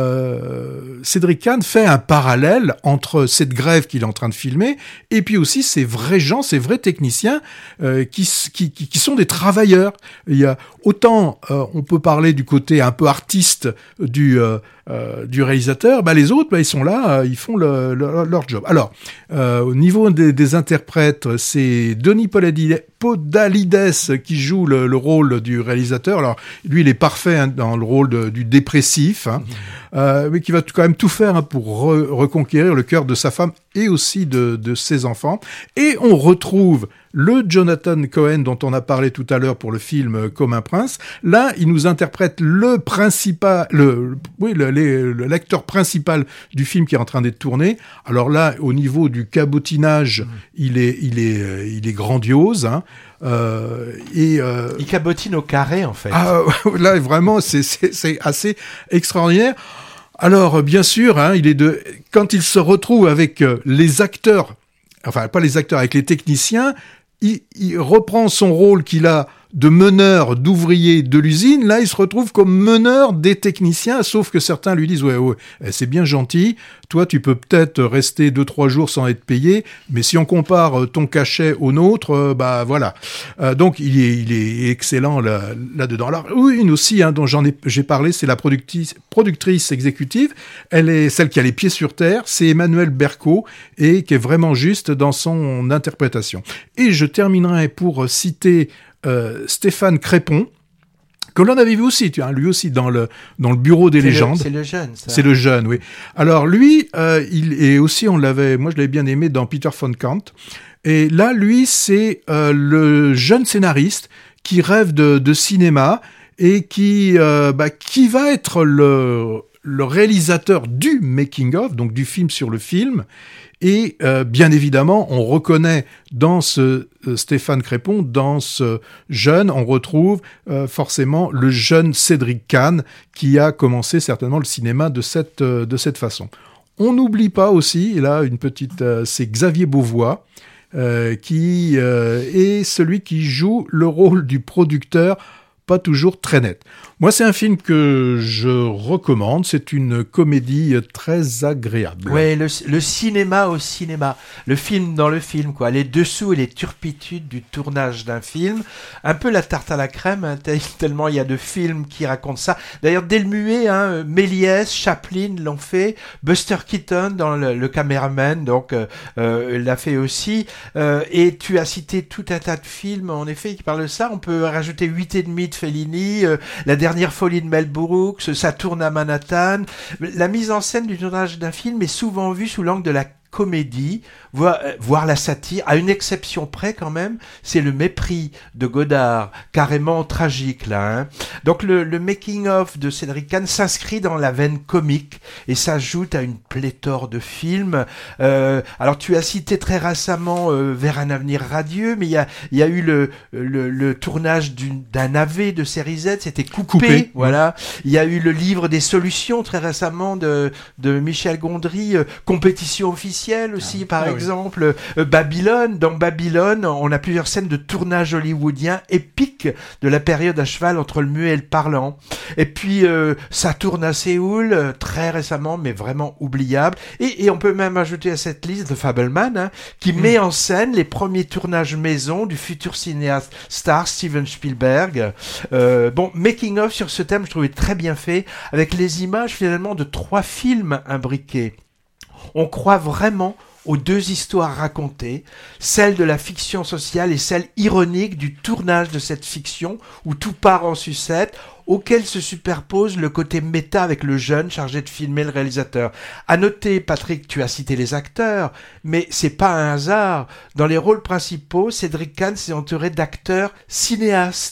euh, Cédric Kahn fait un parallèle entre cette grève qu'il est en train de filmer et puis aussi ces vrais gens, ces vrais techniciens euh, qui, qui, qui sont des travailleurs. Il y a autant, euh, on peut parler du côté un peu artiste du... Euh, Euh, du réalisateur, bah les autres, bah ils sont là, euh, ils font le, le, leur job. Alors, euh, au niveau des, des interprètes, c'est Denis Podalides, Podalides qui joue le, le rôle du réalisateur. Alors, lui, il est parfait hein, dans le rôle de, du dépressif, hein, mmh. euh, mais qui va quand même tout faire hein, pour re, reconquérir le cœur de sa femme et aussi de, de ses enfants. Et on retrouve le Jonathan Cohen dont on a parlé tout à l'heure pour le film Comme un prince. Là, il nous interprète le principal, le, oui, le, le, l'acteur principal du film qui est en train d'être tourné. Alors là, au niveau du cabotinage, mmh. il est, il est, il est grandiose. Hein. Euh, et euh, il cabotine au carré en fait. Ah, là, vraiment, c'est, c'est, c'est assez extraordinaire. Alors, bien sûr, hein, il est de quand il se retrouve avec les acteurs, enfin pas les acteurs, avec les techniciens. Il, il reprend son rôle qu'il a de meneur, d'ouvrier de l'usine. Là, il se retrouve comme meneur des techniciens, sauf que certains lui disent « Ouais, ouais, c'est bien gentil. Toi, tu peux peut-être rester deux, trois jours sans être payé, mais si on compare ton cachet au nôtre, bah voilà. Euh, » Donc, il est, il est excellent là, là-dedans. Alors, oui, une aussi, hein, dont j'en ai, j'ai parlé, c'est la productrice, productrice exécutive. Elle est celle qui a les pieds sur terre. C'est Emmanuelle Berco et qui est vraiment juste dans son interprétation. Et je terminerai pour citer euh, Stéphane Crépon, que l'on avait vu aussi, tu vois, lui aussi dans le dans le bureau des c'est légendes. Le, c'est le jeune, ça. C'est le jeune, oui. Alors lui, euh, il est aussi, on l'avait, moi je l'avais bien aimé dans Peter von Kant. Et là, lui, c'est euh, le jeune scénariste qui rêve de, de cinéma et qui euh, bah, qui va être le le réalisateur du making of, donc du film sur le film. Et euh, bien évidemment, on reconnaît dans ce euh, Stéphane Crépon, dans ce jeune, on retrouve euh, forcément le jeune Cédric Kahn qui a commencé certainement le cinéma de cette, euh, de cette façon. On n'oublie pas aussi, et là une petite, euh, c'est Xavier Beauvois, euh, qui euh, est celui qui joue le rôle du producteur, pas toujours très net. Moi, c'est un film que je recommande. C'est une comédie très agréable. Ouais, le, le cinéma au cinéma. Le film dans le film, quoi. Les dessous et les turpitudes du tournage d'un film. Un peu la tarte à la crème, hein, tellement il y a de films qui racontent ça. D'ailleurs, dès le muet, hein, Méliès, Chaplin l'ont fait. Buster Keaton, dans le, le caméraman, donc, euh, l'a fait aussi. Euh, et tu as cité tout un tas de films, en effet, qui parlent de ça. On peut rajouter huit et demi de Fellini, euh, la dernière folie de Mel Brooks, ça tourne à Manhattan. La mise en scène du tournage d'un film est souvent vue sous l'angle de la comédie, voire, voire la satire, à une exception près quand même, c'est le mépris de Godard, carrément tragique là. Hein. Donc le, le making-of de Cédric Kahn s'inscrit dans la veine comique et s'ajoute à une pléthore de films. Euh, alors tu as cité très récemment euh, Vers un avenir radieux, mais il y a, y a eu le, le, le tournage d'une, d'un A V de série Z, c'était coupé, coupé. Voilà. Il y a eu le livre des solutions très récemment de, de Michel Gondry, euh, compétition officielle aussi, ah, par ah, exemple. Oui. Euh, Babylone. Dans Babylone, on a plusieurs scènes de tournage hollywoodien épiques de la période à cheval entre le muet et le parlant. Et puis, euh, ça tourne à Séoul, euh, très récemment, mais vraiment oubliable. Et, et on peut même ajouter à cette liste The Fableman, hein, qui mmh. met en scène les premiers tournages maison du futur cinéaste star Steven Spielberg. Euh, bon, making of sur ce thème, je trouvais très bien fait, avec les images finalement de trois films imbriqués. On croit vraiment aux deux histoires racontées, celle de la fiction sociale et celle ironique du tournage de cette fiction, où tout part en sucette, auquel se superpose le côté méta avec le jeune chargé de filmer le réalisateur. À noter, Patrick, tu as cité les acteurs, mais c'est pas un hasard. Dans les rôles principaux, Cédric Kahn s'est entouré d'acteurs cinéastes,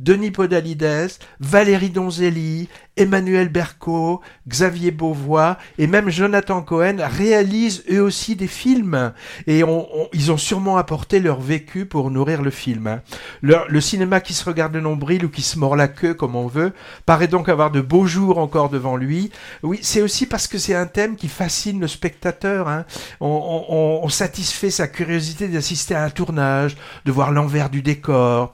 Denis Podalides, Valérie Donzelli, Emmanuel Berco, Xavier Beauvois et même Jonathan Cohen réalisent eux aussi des films. Et on, on, ils ont sûrement apporté leur vécu pour nourrir le film. Hein. Le, le cinéma qui se regarde le nombril ou qui se mord la queue, comme on veut, paraît donc avoir de beaux jours encore devant lui. Oui, c'est aussi parce que c'est un thème qui fascine le spectateur. Hein. On, on, on satisfait sa curiosité d'assister à un tournage, de voir l'envers du décor.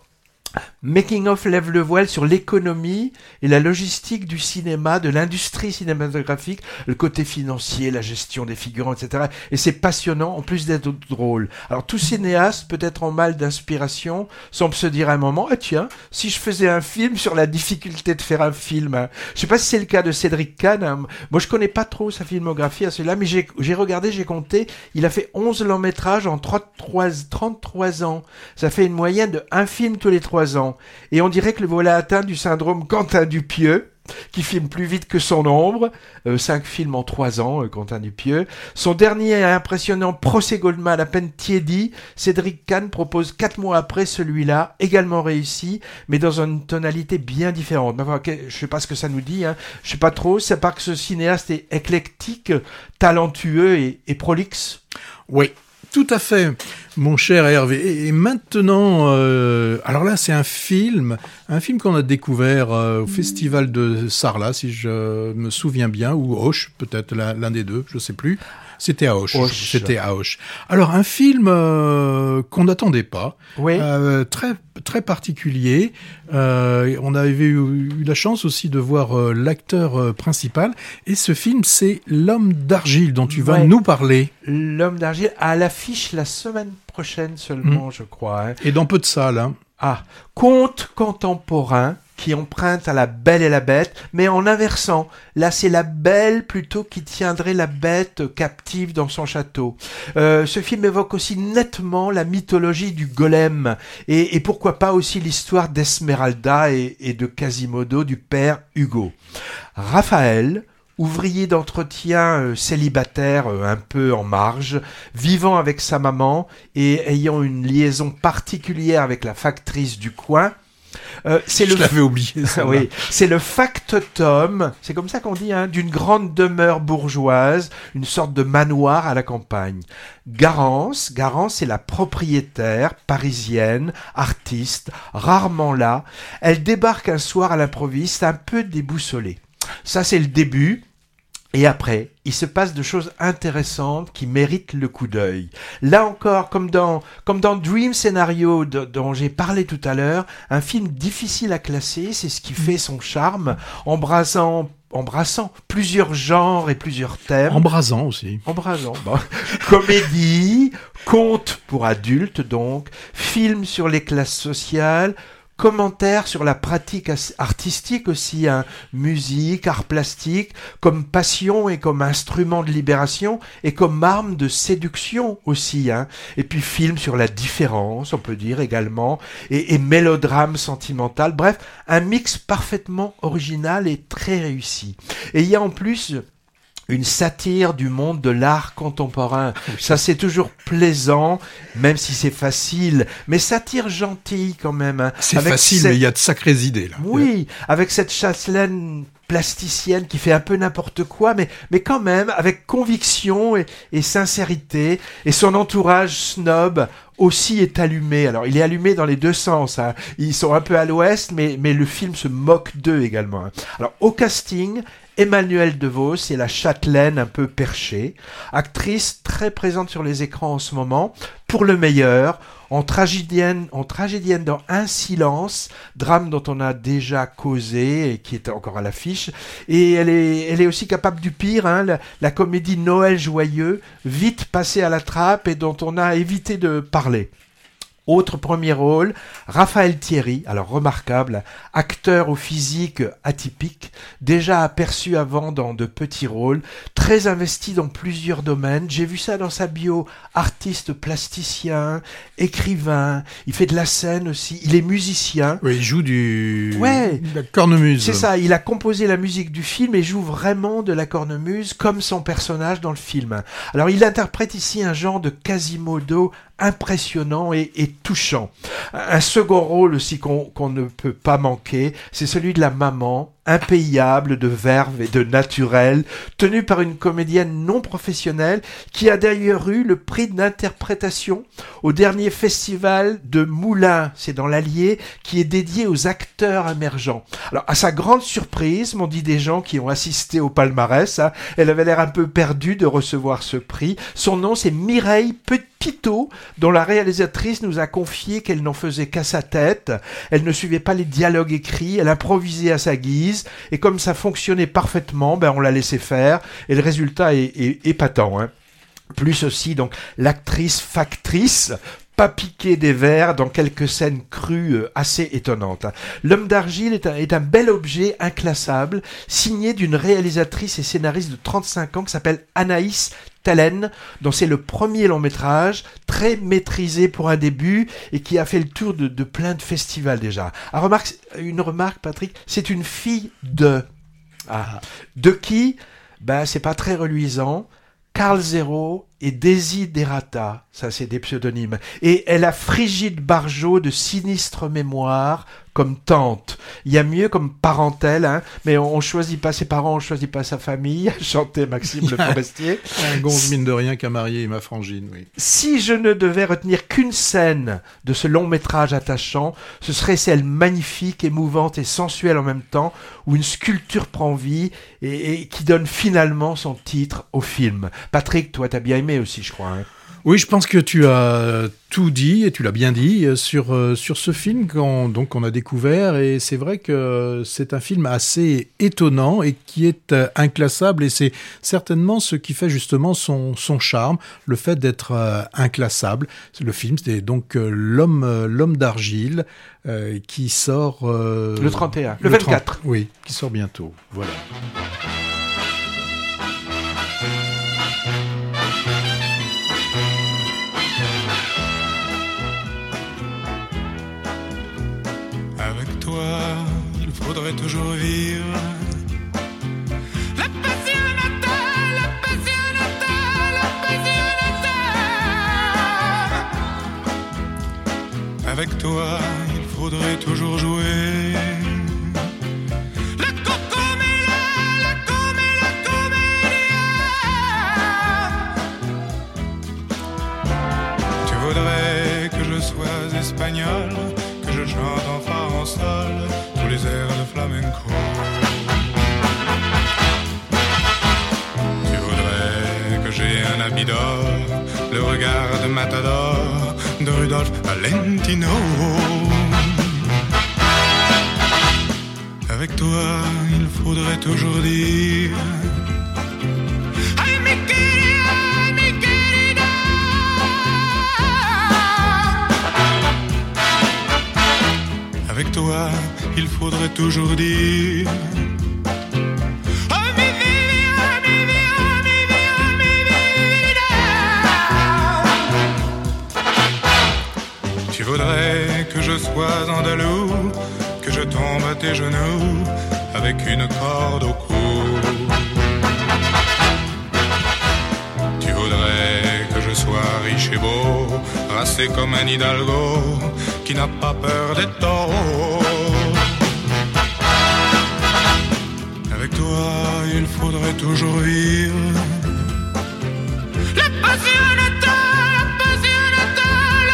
Making of lève le voile sur l'économie et la logistique du cinéma, de l'industrie cinématographique, le côté financier, la gestion des figurants, et cetera. Et c'est passionnant, en plus d'être drôle. Alors tout cinéaste, peut-être en mal d'inspiration, semble se dire à un moment, ah tiens, si je faisais un film sur la difficulté de faire un film. Hein. Je sais pas si c'est le cas de Cédric Kahn. Hein. Moi je connais pas trop sa filmographie à celui-là, mais j'ai, j'ai regardé, j'ai compté, il a fait onze longs métrages en trente-trois ans. Ça fait une moyenne de un film tous les trois ans. Et on dirait que le voilà atteint du syndrome Quentin Dupieux, qui filme plus vite que son ombre. Euh, cinq films en trois ans, euh, Quentin Dupieux. Son dernier impressionnant Procès Goldman, à peine tiédi, Cédric Kahn propose quatre mois après celui-là, également réussi, mais dans une tonalité bien différente. Enfin, okay, je sais pas ce que ça nous dit, hein. Je sais pas trop, c'est pas que ce cinéaste est éclectique, talentueux et, et prolixe. Oui. Tout à fait, mon cher Hervé. Et maintenant, euh, alors là, c'est un film, un film qu'on a découvert euh, au Festival de Sarlat, si je me souviens bien, ou Auch, peut-être l'un, l'un des deux, je sais plus. C'était à Auch. Auch. C'était à Auch. Alors, un film euh, qu'on n'attendait pas, oui. euh, très très particulier. Euh, on avait eu, eu la chance aussi de voir euh, l'acteur euh, principal. Et ce film, c'est L'Homme d'Argile, dont tu vas ouais. nous parler. L'Homme d'Argile, à l'affiche la semaine prochaine seulement, mmh. je crois. Hein. Et dans peu de salles. Hein. Ah, conte contemporain qui emprunte à La Belle et la Bête, mais en inversant. Là, c'est la Belle plutôt qui tiendrait la Bête captive dans son château. Euh, ce film évoque aussi nettement la mythologie du golem, et, et pourquoi pas aussi l'histoire d'Esmeralda et, et de Quasimodo du père Hugo. Raphaël, ouvrier d'entretien euh, célibataire euh, un peu en marge, vivant avec sa maman et ayant une liaison particulière avec la factrice du coin, Euh, c'est Je le l'avais oublié. Ça oui, c'est le factotum, c'est comme ça qu'on dit, hein, d'une grande demeure bourgeoise, une sorte de manoir à la campagne. Garance, Garance, c'est la propriétaire parisienne, artiste, rarement là. Elle débarque un soir à l'improviste, un peu déboussolée. Ça, c'est le début. Et après, il se passe de choses intéressantes qui méritent le coup d'œil. Là encore, comme dans, comme dans Dream Scenario de, dont j'ai parlé tout à l'heure, un film difficile à classer, c'est ce qui fait son charme, embrassant, embrassant plusieurs genres et plusieurs thèmes. Embrasant aussi. Embrasant, bon. Comédie, conte pour adultes donc, film sur les classes sociales, commentaires sur la pratique artistique aussi, hein, musique, art plastique, comme passion et comme instrument de libération et comme arme de séduction aussi, hein. Et puis film sur la différence, on peut dire également, et, et mélodrame sentimental. Bref, un mix parfaitement original et très réussi. Et il y a en plus une satire du monde de l'art contemporain. Ça, c'est toujours plaisant, même si c'est facile. Mais satire gentille, quand même. Hein. C'est avec facile, cette... mais il y a de sacrées idées, là. Oui, avec cette châtelaine plasticienne qui fait un peu n'importe quoi, mais, mais quand même, avec conviction et, et sincérité. Et son entourage snob aussi est allumé. Alors, il est allumé dans les deux sens. Hein. Ils sont un peu à l'ouest, mais, mais le film se moque d'eux également. Hein. Alors, au casting, Emmanuelle DeVos, c'est la châtelaine un peu perchée, actrice très présente sur les écrans en ce moment, pour le meilleur, en tragédienne, en tragédienne dans Un silence, drame dont on a déjà causé et qui est encore à l'affiche, et elle est, elle est aussi capable du pire, hein, la, la comédie Noël joyeux, vite passée à la trappe et dont on a évité de parler. Autre premier rôle, Raphaël Thierry, alors remarquable, acteur au physique atypique, déjà aperçu avant dans de petits rôles, très investi dans plusieurs domaines. J'ai vu ça dans sa bio, artiste plasticien, écrivain, il fait de la scène aussi, il est musicien. Oui, il joue du... Ouais, de la cornemuse. C'est ça, il a composé la musique du film et joue vraiment de la cornemuse comme son personnage dans le film. Alors il interprète ici un genre de Quasimodo impressionnant et, et touchant. Un second rôle aussi qu'on, qu'on ne peut pas manquer, c'est celui de la maman, impayable de verve et de naturel, tenue par une comédienne non professionnelle qui a d'ailleurs eu le prix d'interprétation au dernier festival de Moulins, c'est dans l'Allier, qui est dédié aux acteurs émergents. Alors, à sa grande surprise, m'ont dit des gens qui ont assisté au palmarès, hein, elle avait l'air un peu perdue de recevoir ce prix. Son nom, c'est Mireille Petitot, dont la réalisatrice nous a confié qu'elle n'en faisait qu'à sa tête. Elle ne suivait pas les dialogues écrits, elle improvisait à sa guise, et comme ça fonctionnait parfaitement, ben on l'a laissé faire, et le résultat est, est épatant, hein. Plus aussi, donc, l'actrice factrice, pas piqué des vers dans quelques scènes crues assez étonnantes. L'homme d'argile est un, est un bel objet inclassable, signé d'une réalisatrice et scénariste de trente-cinq ans qui s'appelle Anaïs Tellen, dont c'est le premier long métrage, très maîtrisé pour un début et qui a fait le tour de, de plein de festivals déjà. Ah, remarque, une remarque, Patrick, c'est une fille de... Ah, de qui? Ben, c'est pas très reluisant. Carl Zéro et Desiderata, ça c'est des pseudonymes. Et elle a Frigide Barjot de Sinistre Mémoire comme tante. Il y a mieux comme parentèle, hein, mais on, on choisit pas ses parents, on choisit pas sa famille, chantait Maxime Le Forestier. Un gonze mine de rien qu'à marier ma frangine, oui. Si je ne devais retenir qu'une scène de ce long métrage attachant, ce serait celle magnifique, émouvante et sensuelle en même temps, où une sculpture prend vie et, et qui donne finalement son titre au film. Patrick, toi t'as bien aimé aussi, je crois, hein. Oui, je pense que tu as tout dit, et tu l'as bien dit, sur, sur ce film qu'on, donc, qu'on a découvert. Et c'est vrai que c'est un film assez étonnant et qui est inclassable. Et c'est certainement ce qui fait justement son, son charme, le fait d'être euh, inclassable. Le film, c'est donc euh, L'homme, l'homme d'argile euh, qui sort... Euh, le trente et un, le, le vingt-quatre. trente, oui, qui sort bientôt. Voilà. Avec toi, il faudrait toujours vivre la passionata, la passionata, la passionata. Avec toi, il faudrait toujours jouer la cocoméla, la coméla, comédia. Tu voudrais que je sois espagnol, que je chante en farandole tous les airs de flamenco. Tu voudrais que j'ai un habit d'or, le regard de Matador, de Rudolph Valentino. Avec toi, il faudrait toujours dire Ay, mi querida, mi querida. Avec toi, il faudrait toujours dire Oh, mi vida, mi vida, mi vida, mi vida. Tu voudrais que je sois andalou, que je tombe à tes genoux avec une corde au cou. Tu voudrais que je sois riche et beau, racé comme un hidalgo qui n'a pas peur des taureaux. Avec toi, il faudrait toujours vivre la passionata, la passionata,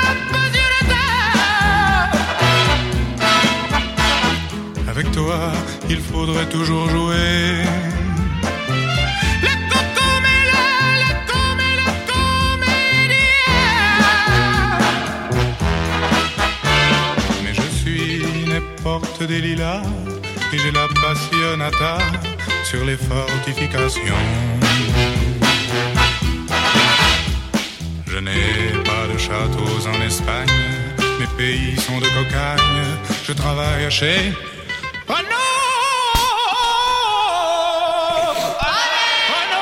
la passionata. Avec toi, il faudrait toujours jouer la cocoméla, la coméla, comédia. Mais je suis né porte des lilas et j'ai la passionata sur les fortifications. Je n'ai pas de châteaux en Espagne, mes pays sont de cocagne. Je travaille chez... Oh non! Oh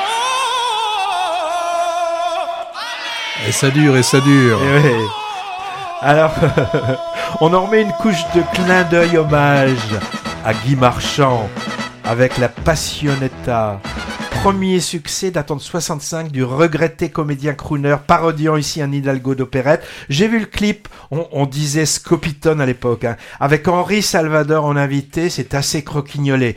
non! Et ça dure, et ça dure. Et ouais. Alors, on en remet une couche de clin d'œil hommage à Guy Marchand avec la Passionetta, premier succès datant de soixante-cinq du regretté comédien crooner parodiant ici un Hidalgo d'opérette. J'ai vu le clip, on, on disait Scopitone à l'époque, hein. Avec Henri Salvador en invité, c'est assez croquignolé.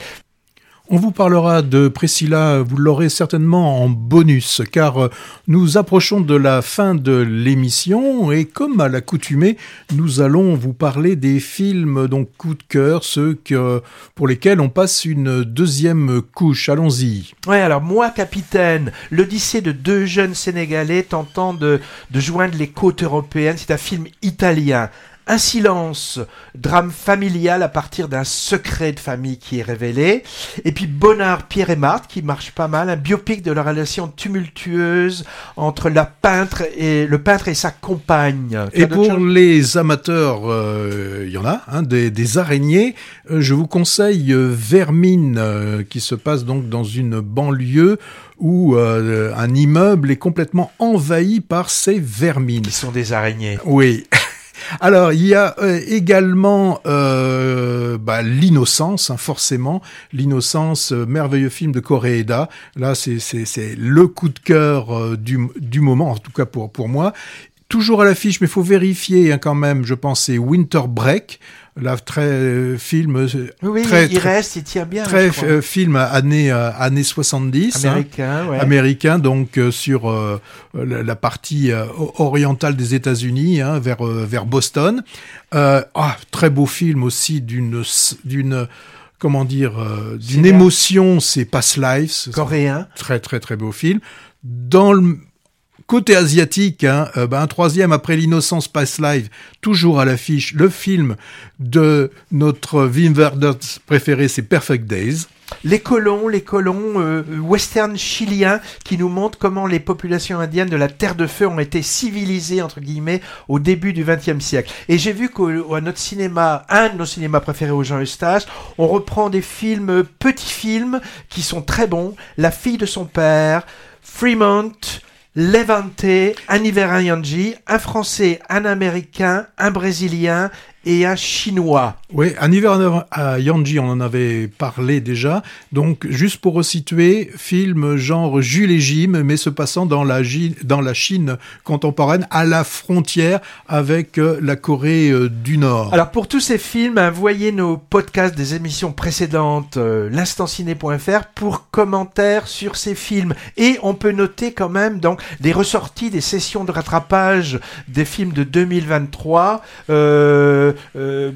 On vous parlera de Priscilla, vous l'aurez certainement en bonus, car nous approchons de la fin de l'émission et comme à l'accoutumée, nous allons vous parler des films donc coup de cœur, ceux que, pour lesquels on passe une deuxième couche. Allons-y. Ouais, alors moi, capitaine, l'Odyssée de deux jeunes Sénégalais tentant de, de joindre les côtes européennes, c'est un film italien. Un silence, drame familial à partir d'un secret de famille qui est révélé. Et puis Bonnard, Pierre et Marthe, qui marche pas mal, un biopic de la relation tumultueuse entre la peintre et, le peintre et sa compagne. Et pour chose les amateurs, il euh, y en a, hein, des, des araignées, euh, je vous conseille euh, Vermine, euh, qui se passe donc dans une banlieue où euh, un immeuble est complètement envahi par ces vermines. Qui sont des araignées. Oui. Alors, il y a euh, également euh, bah, L'Innocence, hein, forcément. L'Innocence, euh, merveilleux film de Koreeda. Là, c'est, c'est, c'est le coup de cœur euh, du, du moment, en tout cas pour, pour moi. Toujours à l'affiche, mais il faut vérifier hein, quand même, je pense, c'est Winter Break. Là, très euh, film, oui, très, il très, reste, il tient bien. Très euh, film années euh, années soixante-dix, américain, hein, ouais. américain, donc euh, sur euh, la, la partie euh, orientale des États-Unis, hein, vers euh, vers Boston. Euh, ah, très beau film aussi d'une d'une comment dire euh, d'une c'est émotion, c'est Past Lives, coréen. Très très très beau film. Dans le côté asiatique, hein, euh, ben, un troisième après L'Innocence Past Live, toujours à l'affiche, le film de notre Wim Wenders préféré, c'est Perfect Days. Les colons, les colons euh, western chiliens qui nous montrent comment les populations indiennes de la Terre de Feu ont été civilisées, entre guillemets, au début du vingtième siècle. Et j'ai vu qu'à notre cinéma, un de nos cinémas préférés au Jean Eustache, on reprend des films, petits films, qui sont très bons. La fille de son père, Fremont, Levante, un Iranyanji, un Français, un Américain, un Brésilien et un Chinois. Oui, un hiver à Yanji, on en avait parlé déjà. Donc, juste pour resituer, film genre Jules et Jim, mais se passant dans la, dans la Chine contemporaine, à la frontière avec euh, la Corée euh, du Nord. Alors, pour tous ces films, hein, voyez nos podcasts des émissions précédentes, euh, l'instant ciné point f r, pour commentaires sur ces films. Et on peut noter quand même donc des ressorties, des sessions de rattrapage des films de deux mille vingt-trois, euh, Euh,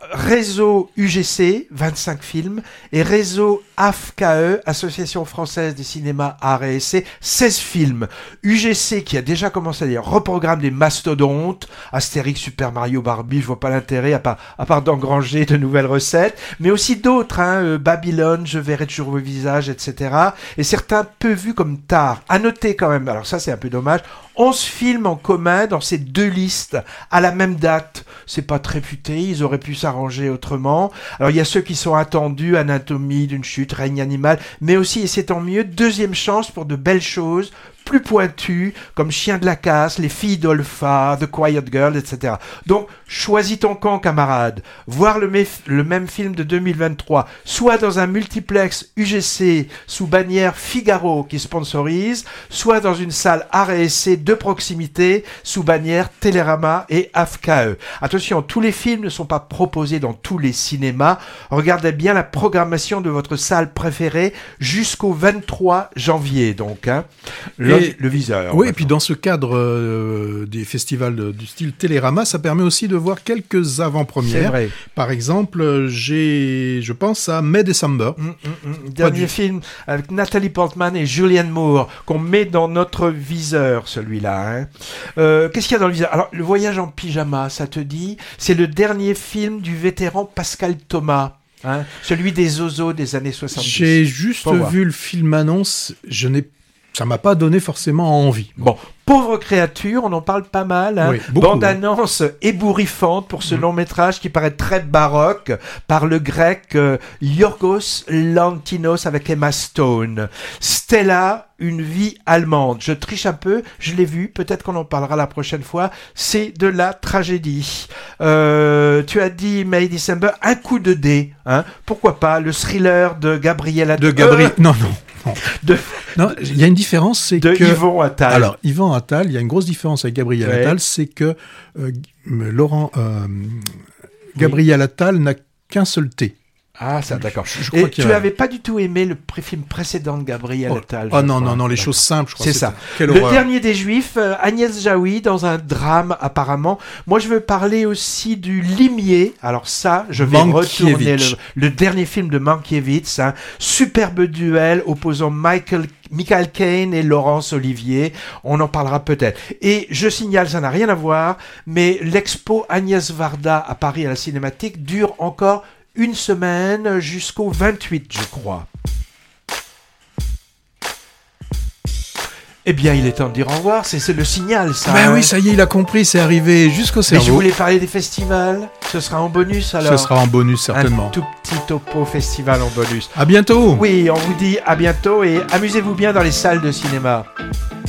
réseau U G C, vingt-cinq films, et réseau A F K E, Association Française des Cinémas Arts et Essais, seize films. U G C qui a déjà commencé à dire reprogramme des mastodontes, Astérix, Super Mario, Barbie, je vois pas l'intérêt à part, à part d'engranger de nouvelles recettes, mais aussi d'autres, hein, euh, Babylone, Je verrai toujours vos visages, et cetera. Et certains peu vus comme tard. À noter quand même, alors ça c'est un peu dommage, onze films en commun dans ces deux listes à la même date. C'est pas très futé, ils auraient pu s'arranger autrement. Alors il y a ceux qui sont attendus, Anatomie d'une chute, Règne animal, mais aussi, et c'est tant mieux, deuxième chance pour de belles choses plus pointues, comme Chien de la casse, Les filles d'Olpha, The Quiet Girl, et cetera. Donc, choisis ton camp, camarade. Voir le, méf- le même film de deux mille vingt-trois, soit dans un multiplex U G C sous bannière Figaro qui sponsorise, soit dans une salle Art et Essai de proximité sous bannière Télérama et A F K E. Attention, tous les films ne sont pas proposés dans tous les cinémas. Regardez bien la programmation de votre salle préférée jusqu'au vingt-trois janvier, donc, hein. Le, et, le viseur. Oui, et puis dans ce cadre euh, des festivals de, du style Télérama, ça permet aussi de voir quelques avant-premières. C'est vrai. Par exemple, j'ai, je pense à May December. Mmh, mmh, mmh. Dernier du... film avec Nathalie Portman et Julianne Moore qu'on met dans notre viseur, celui-là. Hein. Euh, qu'est-ce qu'il y a dans le viseur ? Alors, Le Voyage en pyjama, ça te dit ? C'est le dernier film du vétéran Pascal Thomas. Hein, celui des Zozos des années soixante-dix. J'ai juste vu le film annonce, je n'ai ça m'a pas donné forcément envie. Bon, Pauvre créature, on en parle pas mal. Hein. Oui, beaucoup, Bande-annonce hein. ébouriffante pour ce mmh. long métrage qui paraît très baroque par le grec euh, Yorgos Lanthimos avec Emma Stone. Stella, une vie allemande. Je triche un peu, je l'ai vu, peut-être qu'on en parlera la prochaine fois. C'est de la tragédie. Euh, tu as dit May December, un coup de dé. Hein. Pourquoi pas le thriller de Gabriel Attal. De Gabriel, euh, non, non. non. De, Non, il y a une différence, c'est de que... Yvon Attal. Alors, Yvan Attal, il y a une grosse différence avec Gabriel Ouais. Attal, c'est que euh, Laurent... Euh, Gabriel Attal n'a qu'un seul T. Ah, ça, d'accord. Je- je Et crois qu'il y tu a- avais pas du tout aimé le pré- film précédent de Gabriel Oh, Attal. oh je non, crois. non, non, les D'accord. choses simples, je crois. C'est que ça. Quelle Le horreur. dernier des Juifs, euh, Agnès Jaoui, dans un drame apparemment. Moi, je veux parler aussi du Limier. Alors ça, je vais retourner le, Mankiewicz. le dernier film de Mankiewicz. Un superbe duel opposant Michael, Michael Caine et Laurence Olivier. On en parlera peut-être. Et je signale, ça n'a rien à voir, mais l'expo Agnès Varda à Paris à la Cinémathèque dure encore une semaine jusqu'au vingt-huit, je crois. Eh bien, il est temps de dire au revoir. C'est, c'est le signal, ça. Ben hein. oui, ça y est, il a compris, c'est arrivé jusqu'au Mais cerveau. je voulais parler des festivals. Ce sera en bonus, alors. Ce sera en bonus, certainement. Un tout petit topo festival en bonus. À bientôt. Oui, on vous dit à bientôt et amusez-vous bien dans les salles de cinéma.